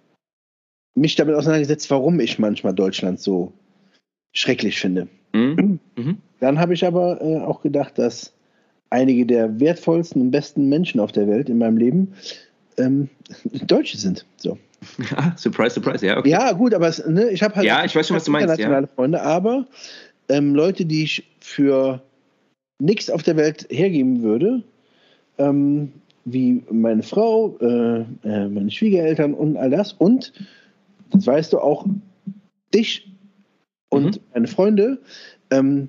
mich damit auseinandergesetzt, warum ich manchmal Deutschland so schrecklich finde. Mhm. Mhm. Dann habe ich aber äh, auch gedacht, dass einige der wertvollsten und besten Menschen auf der Welt in meinem Leben ähm, Deutsche sind. So. Ja, surprise, surprise, ja, okay. Ja, gut, aber es, ne, ich habe halt ja, ich weiß schon, was du meinst, internationale ja. Freunde, aber ähm, Leute, die ich für nichts auf der Welt hergeben würde, ähm, wie meine Frau, äh, äh, meine Schwiegereltern und all das und, das weißt du auch, dich und mhm. meine Freunde, ähm,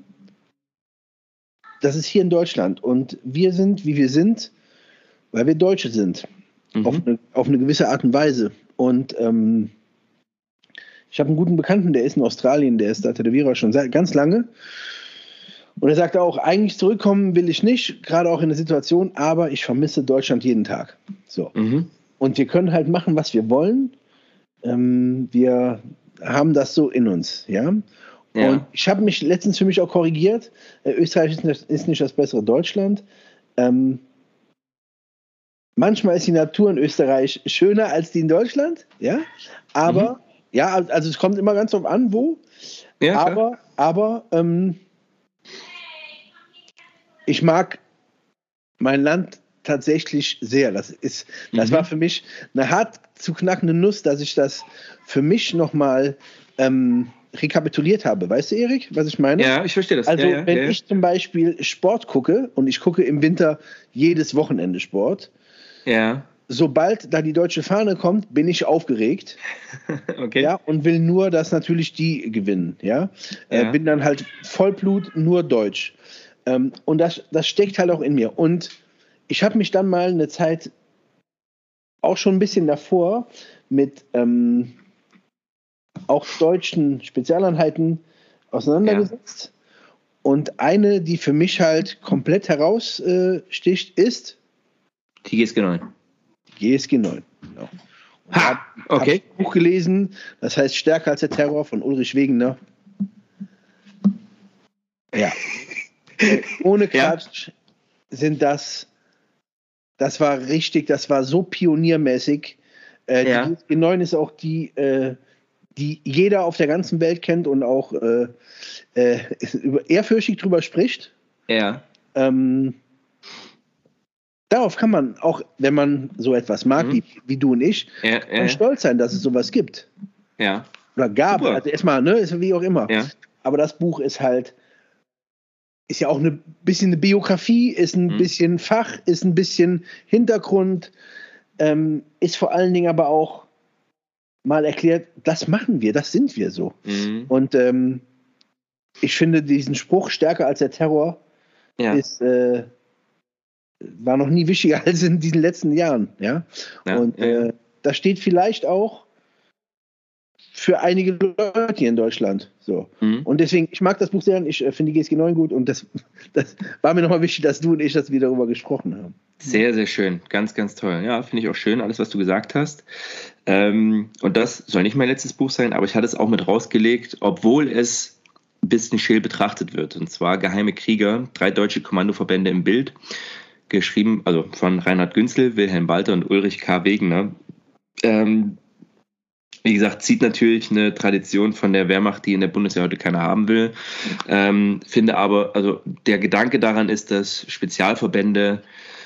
das ist hier in Deutschland und wir sind, wie wir sind, weil wir Deutsche sind. Mhm. Auf, eine, auf eine gewisse Art und Weise. Und ähm, ich habe einen guten Bekannten, der ist in Australien, der ist da Tätowierer schon seit, ganz lange. Und er sagte auch, eigentlich zurückkommen will ich nicht, gerade auch in der Situation, aber ich vermisse Deutschland jeden Tag. So. Mhm. Und wir können halt machen, was wir wollen. Ähm, wir haben das so in uns, ja. Ja. Und ich habe mich letztens für mich auch korrigiert. Äh, Österreich ist nicht, ist nicht das bessere Deutschland. Ähm, manchmal ist die Natur in Österreich schöner als die in Deutschland, ja. Aber, mhm. ja, also es kommt immer ganz drauf an, wo. Ja, aber, aber, ähm, ich mag mein Land tatsächlich sehr. Das ist, das mhm. war für mich eine hart zu knackende Nuss, dass ich das für mich nochmal ähm, rekapituliert habe. Weißt du, Erik, was ich meine? Ja, ich verstehe das. Also, ja, ja, wenn ja. ich zum Beispiel Sport gucke und ich gucke im Winter jedes Wochenende Sport, ja. sobald da die deutsche Fahne kommt, bin ich aufgeregt. Okay. Ja, und will nur, dass natürlich die gewinnen. Ja, ja. Äh, bin dann halt Vollblut, nur Deutsch. Ähm, und das, das steckt halt auch in mir. Und ich habe mich dann mal eine Zeit, auch schon ein bisschen davor, mit ähm, auch deutschen Spezialeinheiten auseinandergesetzt. Ja. Und eine, die für mich halt komplett heraussticht, ist die G S G neun. G S G neun, genau. Und ha, da okay. habe ich ein Buch gelesen, das heißt Stärker als der Terror von Ulrich Wegener. Ja. Ohne Quatsch ja. sind das, das war richtig, das war so pioniermäßig. Äh, ja. Die G S G neun ist auch die, äh, die jeder auf der ganzen Welt kennt und auch äh, äh, ehrfürchtig drüber spricht. Ja. Ähm, Darauf kann man auch, wenn man so etwas mag, mhm. wie, wie du und ich, ja, ja, ja. stolz sein, dass es sowas gibt. Ja. Oder gab. Super. Also erstmal, ne, ist wie auch immer. Ja. Aber das Buch ist halt, ist ja auch ein bisschen eine Biografie, ist ein mhm. bisschen Fach, ist ein bisschen Hintergrund, ähm, ist vor allen Dingen aber auch mal erklärt, das machen wir, das sind wir so. Mhm. Und ähm, ich finde diesen Spruch, stärker als der Terror, ja. ist äh, war noch nie wichtiger als in diesen letzten Jahren. Ja? Ja, und ja, ja. Äh, das steht vielleicht auch für einige Leute hier in Deutschland. So. Mhm. Und deswegen, ich mag das Buch sehr, ich äh, finde die G S G neun gut und das, das war mir nochmal wichtig, dass du und ich das wieder darüber gesprochen haben. Sehr, sehr schön. Ganz, ganz toll. Ja, finde ich auch schön, alles, was du gesagt hast. Ähm, und das soll nicht mein letztes Buch sein, aber ich hatte es auch mit rausgelegt, obwohl es ein bisschen scheel betrachtet wird. Und zwar Geheime Krieger, drei deutsche Kommandoverbände im Bild. Geschrieben, also von Reinhard Günzel, Wilhelm Walter und Ulrich K. Wegener. Ähm, wie gesagt, zieht natürlich eine Tradition von der Wehrmacht, die in der Bundeswehr heute keiner haben will. Ähm, finde aber, also der Gedanke daran ist, dass Spezialverbände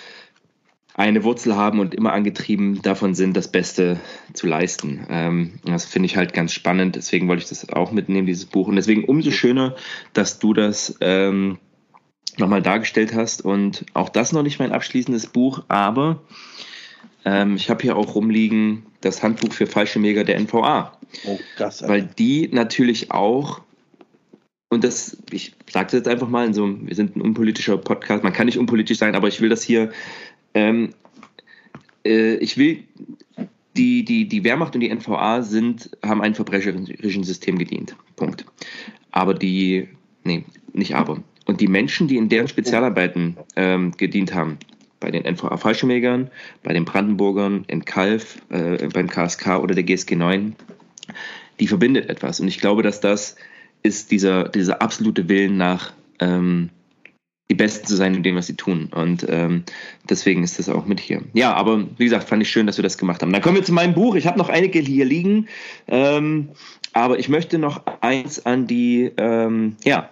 eine Wurzel haben und immer angetrieben davon sind, das Beste zu leisten. Ähm, das finde ich halt ganz spannend. Deswegen wollte ich das auch mitnehmen, dieses Buch. Und deswegen umso schöner, dass du das ähm, nochmal dargestellt hast. Und auch das noch nicht mein abschließendes Buch, aber ähm, ich habe hier auch rumliegen das Handbuch für Fallschirmjäger der N V A. Oh, krass. Weil die natürlich auch, und das, ich sage das jetzt einfach mal, in so, wir sind ein unpolitischer Podcast, man kann nicht unpolitisch sein, aber ich will das hier, ähm, äh, ich will, die, die, die Wehrmacht und die N V A sind, haben einem verbrecherischen System gedient. Punkt. Aber die, nee, nicht aber. Und die Menschen, die in deren Spezialarbeiten ähm, gedient haben, bei den N V A-Fallschirmjägern, bei den Brandenburgern, in Calw, äh, beim K S K oder der G S G neun, die verbindet etwas. Und ich glaube, dass das ist dieser, dieser absolute Willen nach ähm, die Besten zu sein in dem, was sie tun. Und ähm, deswegen ist das auch mit hier. Ja, aber wie gesagt, fand ich schön, dass wir das gemacht haben. Dann kommen wir zu meinem Buch. Ich habe noch einige hier liegen. Ähm, aber ich möchte noch eins an die, ähm, ja,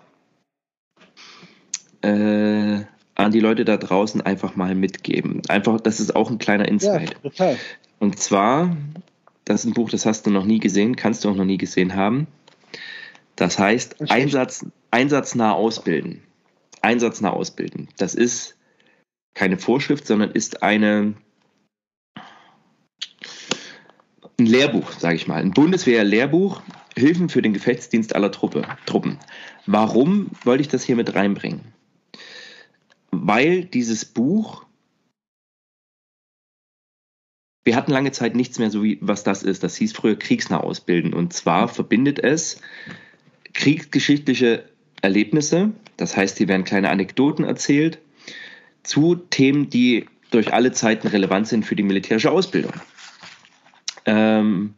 Äh, an die Leute da draußen einfach mal mitgeben. Einfach, das ist auch ein kleiner Insight. Ja, total. Und zwar, das ist ein Buch, das hast du noch nie gesehen, kannst du auch noch nie gesehen haben. Das heißt Einsatz, einsatznah ausbilden. Einsatznah ausbilden. Das ist keine Vorschrift, sondern ist eine ein Lehrbuch, sage ich mal. Ein Bundeswehr-Lehrbuch, Hilfen für den Gefechtsdienst aller Truppe, Truppen. Warum wollte ich das hier mit reinbringen? Weil dieses Buch, wir hatten lange Zeit nichts mehr so wie, was das ist. Das hieß früher kriegsnah ausbilden. Und zwar verbindet es kriegsgeschichtliche Erlebnisse, das heißt, hier werden kleine Anekdoten erzählt, zu Themen, die durch alle Zeiten relevant sind für die militärische Ausbildung. Ähm,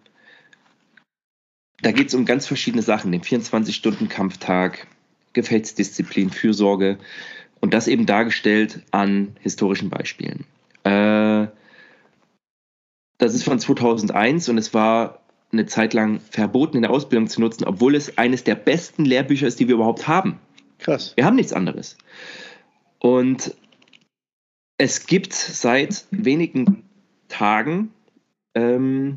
da geht es um ganz verschiedene Sachen, den vierundzwanzig-Stunden-Kampftag, Gefechtsdisziplin, Fürsorge und das eben dargestellt an historischen Beispielen. Äh, das ist von zweitausendeins und es war eine Zeit lang verboten in der Ausbildung zu nutzen, obwohl es eines der besten Lehrbücher ist, die wir überhaupt haben. Krass. Wir haben nichts anderes. Und es gibt seit wenigen Tagen ähm,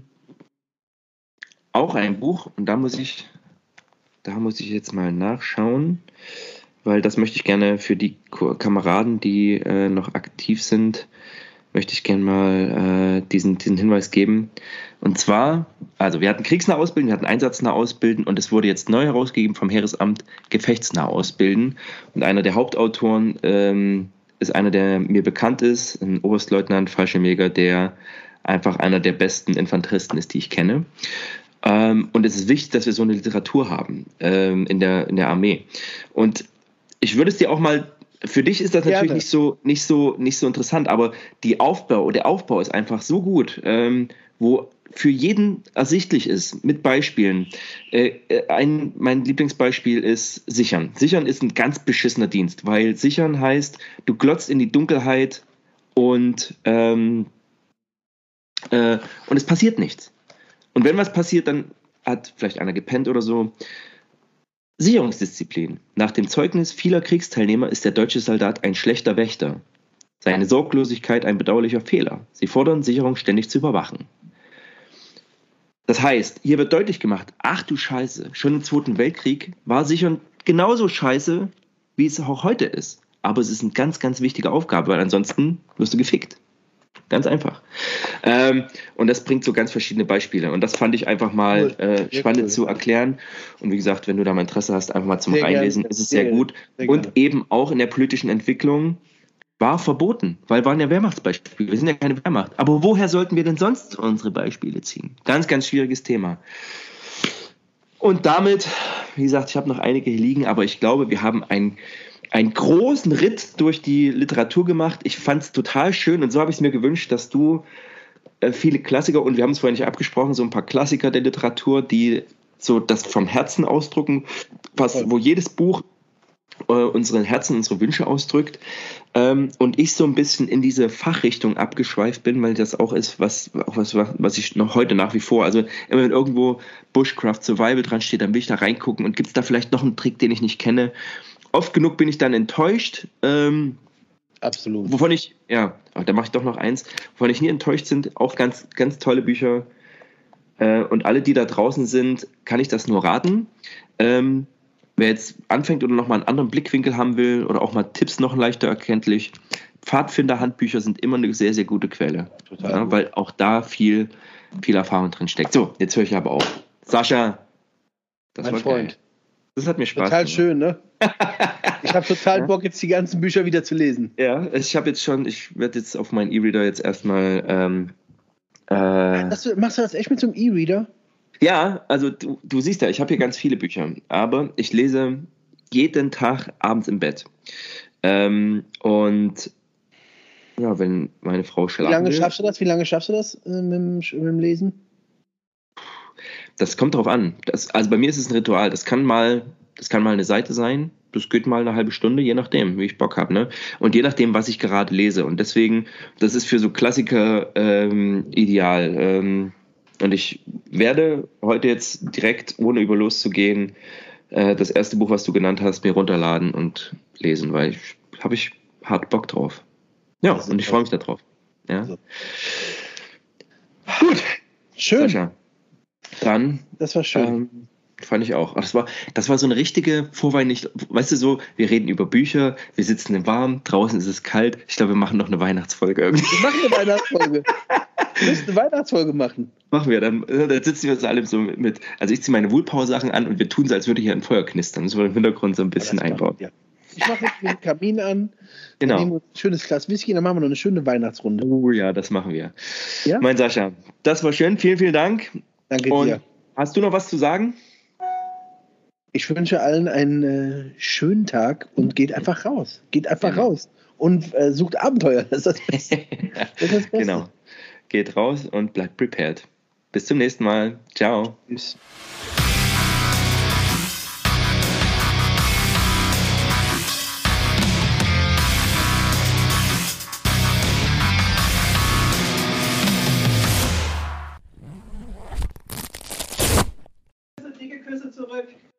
auch ein Buch, und da muss ich, da muss ich jetzt mal nachschauen, weil das möchte ich gerne für die Kameraden, die äh, noch aktiv sind, möchte ich gerne mal äh, diesen, diesen Hinweis geben. Und zwar, also wir hatten kriegsnah ausbilden, wir hatten einsatznah ausbilden und es wurde jetzt neu herausgegeben vom Heeresamt gefechtsnah ausbilden. Und einer der Hauptautoren ähm, ist einer, der mir bekannt ist, ein Oberstleutnant Fallschirmjäger, der einfach einer der besten Infanteristen ist, die ich kenne. Ähm, und es ist wichtig, dass wir so eine Literatur haben ähm, in der, in der Armee. Und ich würde es dir auch mal, für dich ist das natürlich Gerne. nicht so, nicht so, nicht so interessant, aber die Aufbau, der Aufbau ist einfach so gut, ähm, wo für jeden ersichtlich ist, mit Beispielen. Äh, ein, mein Lieblingsbeispiel ist Sichern. Sichern ist ein ganz beschissener Dienst, weil Sichern heißt, du glotzt in die Dunkelheit und, ähm, äh, und es passiert nichts. Und wenn was passiert, dann hat vielleicht einer gepennt oder so. Sicherungsdisziplin. Nach dem Zeugnis vieler Kriegsteilnehmer ist der deutsche Soldat ein schlechter Wächter. Seine Sorglosigkeit ein bedauerlicher Fehler. Sie fordern, Sicherung ständig zu überwachen. Das heißt, hier wird deutlich gemacht, ach du Scheiße, schon im Zweiten Weltkrieg war Sichern genauso scheiße, wie es auch heute ist. Aber es ist eine ganz, ganz wichtige Aufgabe, weil ansonsten wirst du gefickt. Ganz einfach. Ähm, und das bringt so ganz verschiedene Beispiele. Und das fand ich einfach mal äh, spannend cool. zu erklären. Und wie gesagt, wenn du da mal Interesse hast, einfach mal zum sehr Reinlesen, gerne. Ist es sehr, sehr gut. Sehr und gerne. Eben auch in der politischen Entwicklung war verboten, weil waren ja Wehrmachtsbeispiele. Wir sind ja keine Wehrmacht. Aber woher sollten wir denn sonst unsere Beispiele ziehen? Ganz, ganz schwieriges Thema. Und damit, wie gesagt, ich habe noch einige hier liegen, aber ich glaube, wir haben ein einen großen Ritt durch die Literatur gemacht. Ich fand es total schön und so habe ich es mir gewünscht, dass du äh, viele Klassiker, und wir haben es vorhin nicht abgesprochen, so ein paar Klassiker der Literatur, die so das vom Herzen ausdrücken, was, wo jedes Buch äh, unsere Herzen, unsere Wünsche ausdrückt. Ähm, und ich so ein bisschen in diese Fachrichtung abgeschweift bin, weil das auch ist, was, auch was, was ich noch heute nach wie vor, also immer wenn irgendwo Bushcraft Survival dran steht, dann will ich da reingucken und gibt es da vielleicht noch einen Trick, den ich nicht kenne. Oft genug bin ich dann enttäuscht. Ähm, Absolut. Wovon ich, ja, da mache ich doch noch eins, wovon ich nie enttäuscht sind, auch ganz, ganz tolle Bücher. Äh, und alle, die da draußen sind, kann ich das nur raten. Ähm, wer jetzt anfängt oder nochmal einen anderen Blickwinkel haben will oder auch mal Tipps noch leichter erkenntlich, Pfadfinder-Handbücher sind immer eine sehr, sehr gute Quelle. Total. Ja, weil auch da viel, viel Erfahrung drin steckt. So, jetzt höre ich aber auf. Sascha, das mein war Freund. Geil. Das hat mir Spaß total gemacht. Schön, ne? Ich habe total ja? Bock, jetzt die ganzen Bücher wieder zu lesen. Ja, ich habe jetzt schon, ich werde jetzt auf meinen E-Reader jetzt erstmal. Ähm, äh, das, machst du das echt mit so einem E-Reader? Ja, also du, du siehst ja, ich habe hier ganz viele Bücher, aber ich lese jeden Tag abends im Bett. Ähm, und ja, wenn meine Frau schlafen Wie lange will, schaffst du das? Wie lange schaffst du das äh, mit, dem, mit dem Lesen? Das kommt drauf an. Das, also bei mir ist es ein Ritual. Das kann mal, das kann mal eine Seite sein. Das geht mal eine halbe Stunde, je nachdem, wie ich Bock habe. Ne? Und je nachdem, was ich gerade lese. Und deswegen, das ist für so Klassiker ähm, ideal. Ähm, und ich werde heute jetzt direkt, ohne über loszugehen, äh, das erste Buch, was du genannt hast, mir runterladen und lesen, weil ich habe ich hart Bock drauf. Ja, und ich freue mich da drauf. Ja. Also. Gut. Schön. Sascha. Dann, das war schön. Ähm, fand ich auch. Ach, das war, das war so eine richtige vorweihnachtliche, weißt du so, wir reden über Bücher, wir sitzen im Warmen, draußen ist es kalt. Ich glaube, wir machen noch eine Weihnachtsfolge irgendwie. Wir machen eine Weihnachtsfolge. Du musst eine Weihnachtsfolge machen. Machen wir, dann, dann sitzen wir uns alle so mit, also ich ziehe meine Wohlpower-Sachen an und wir tun so, als würde hier ein Feuer knistern. Das wir im Hintergrund so ein bisschen einbauen. Ja. Ich mache jetzt den Kamin an, genau. Nehmen uns ein schönes Glas Whisky, dann machen wir noch eine schöne Weihnachtsrunde. Oh ja, das machen wir. Ja? Mein Sascha, das war schön, vielen, vielen Dank. Danke und dir. Hast du noch was zu sagen? Ich wünsche allen einen äh, schönen Tag und geht einfach raus. Geht einfach genau. raus und äh, sucht Abenteuer. Das ist das Beste. Das ist das Beste. Genau. Geht raus und bleibt prepared. Bis zum nächsten Mal. Ciao. Tschüss. Dicke Küsse zurück.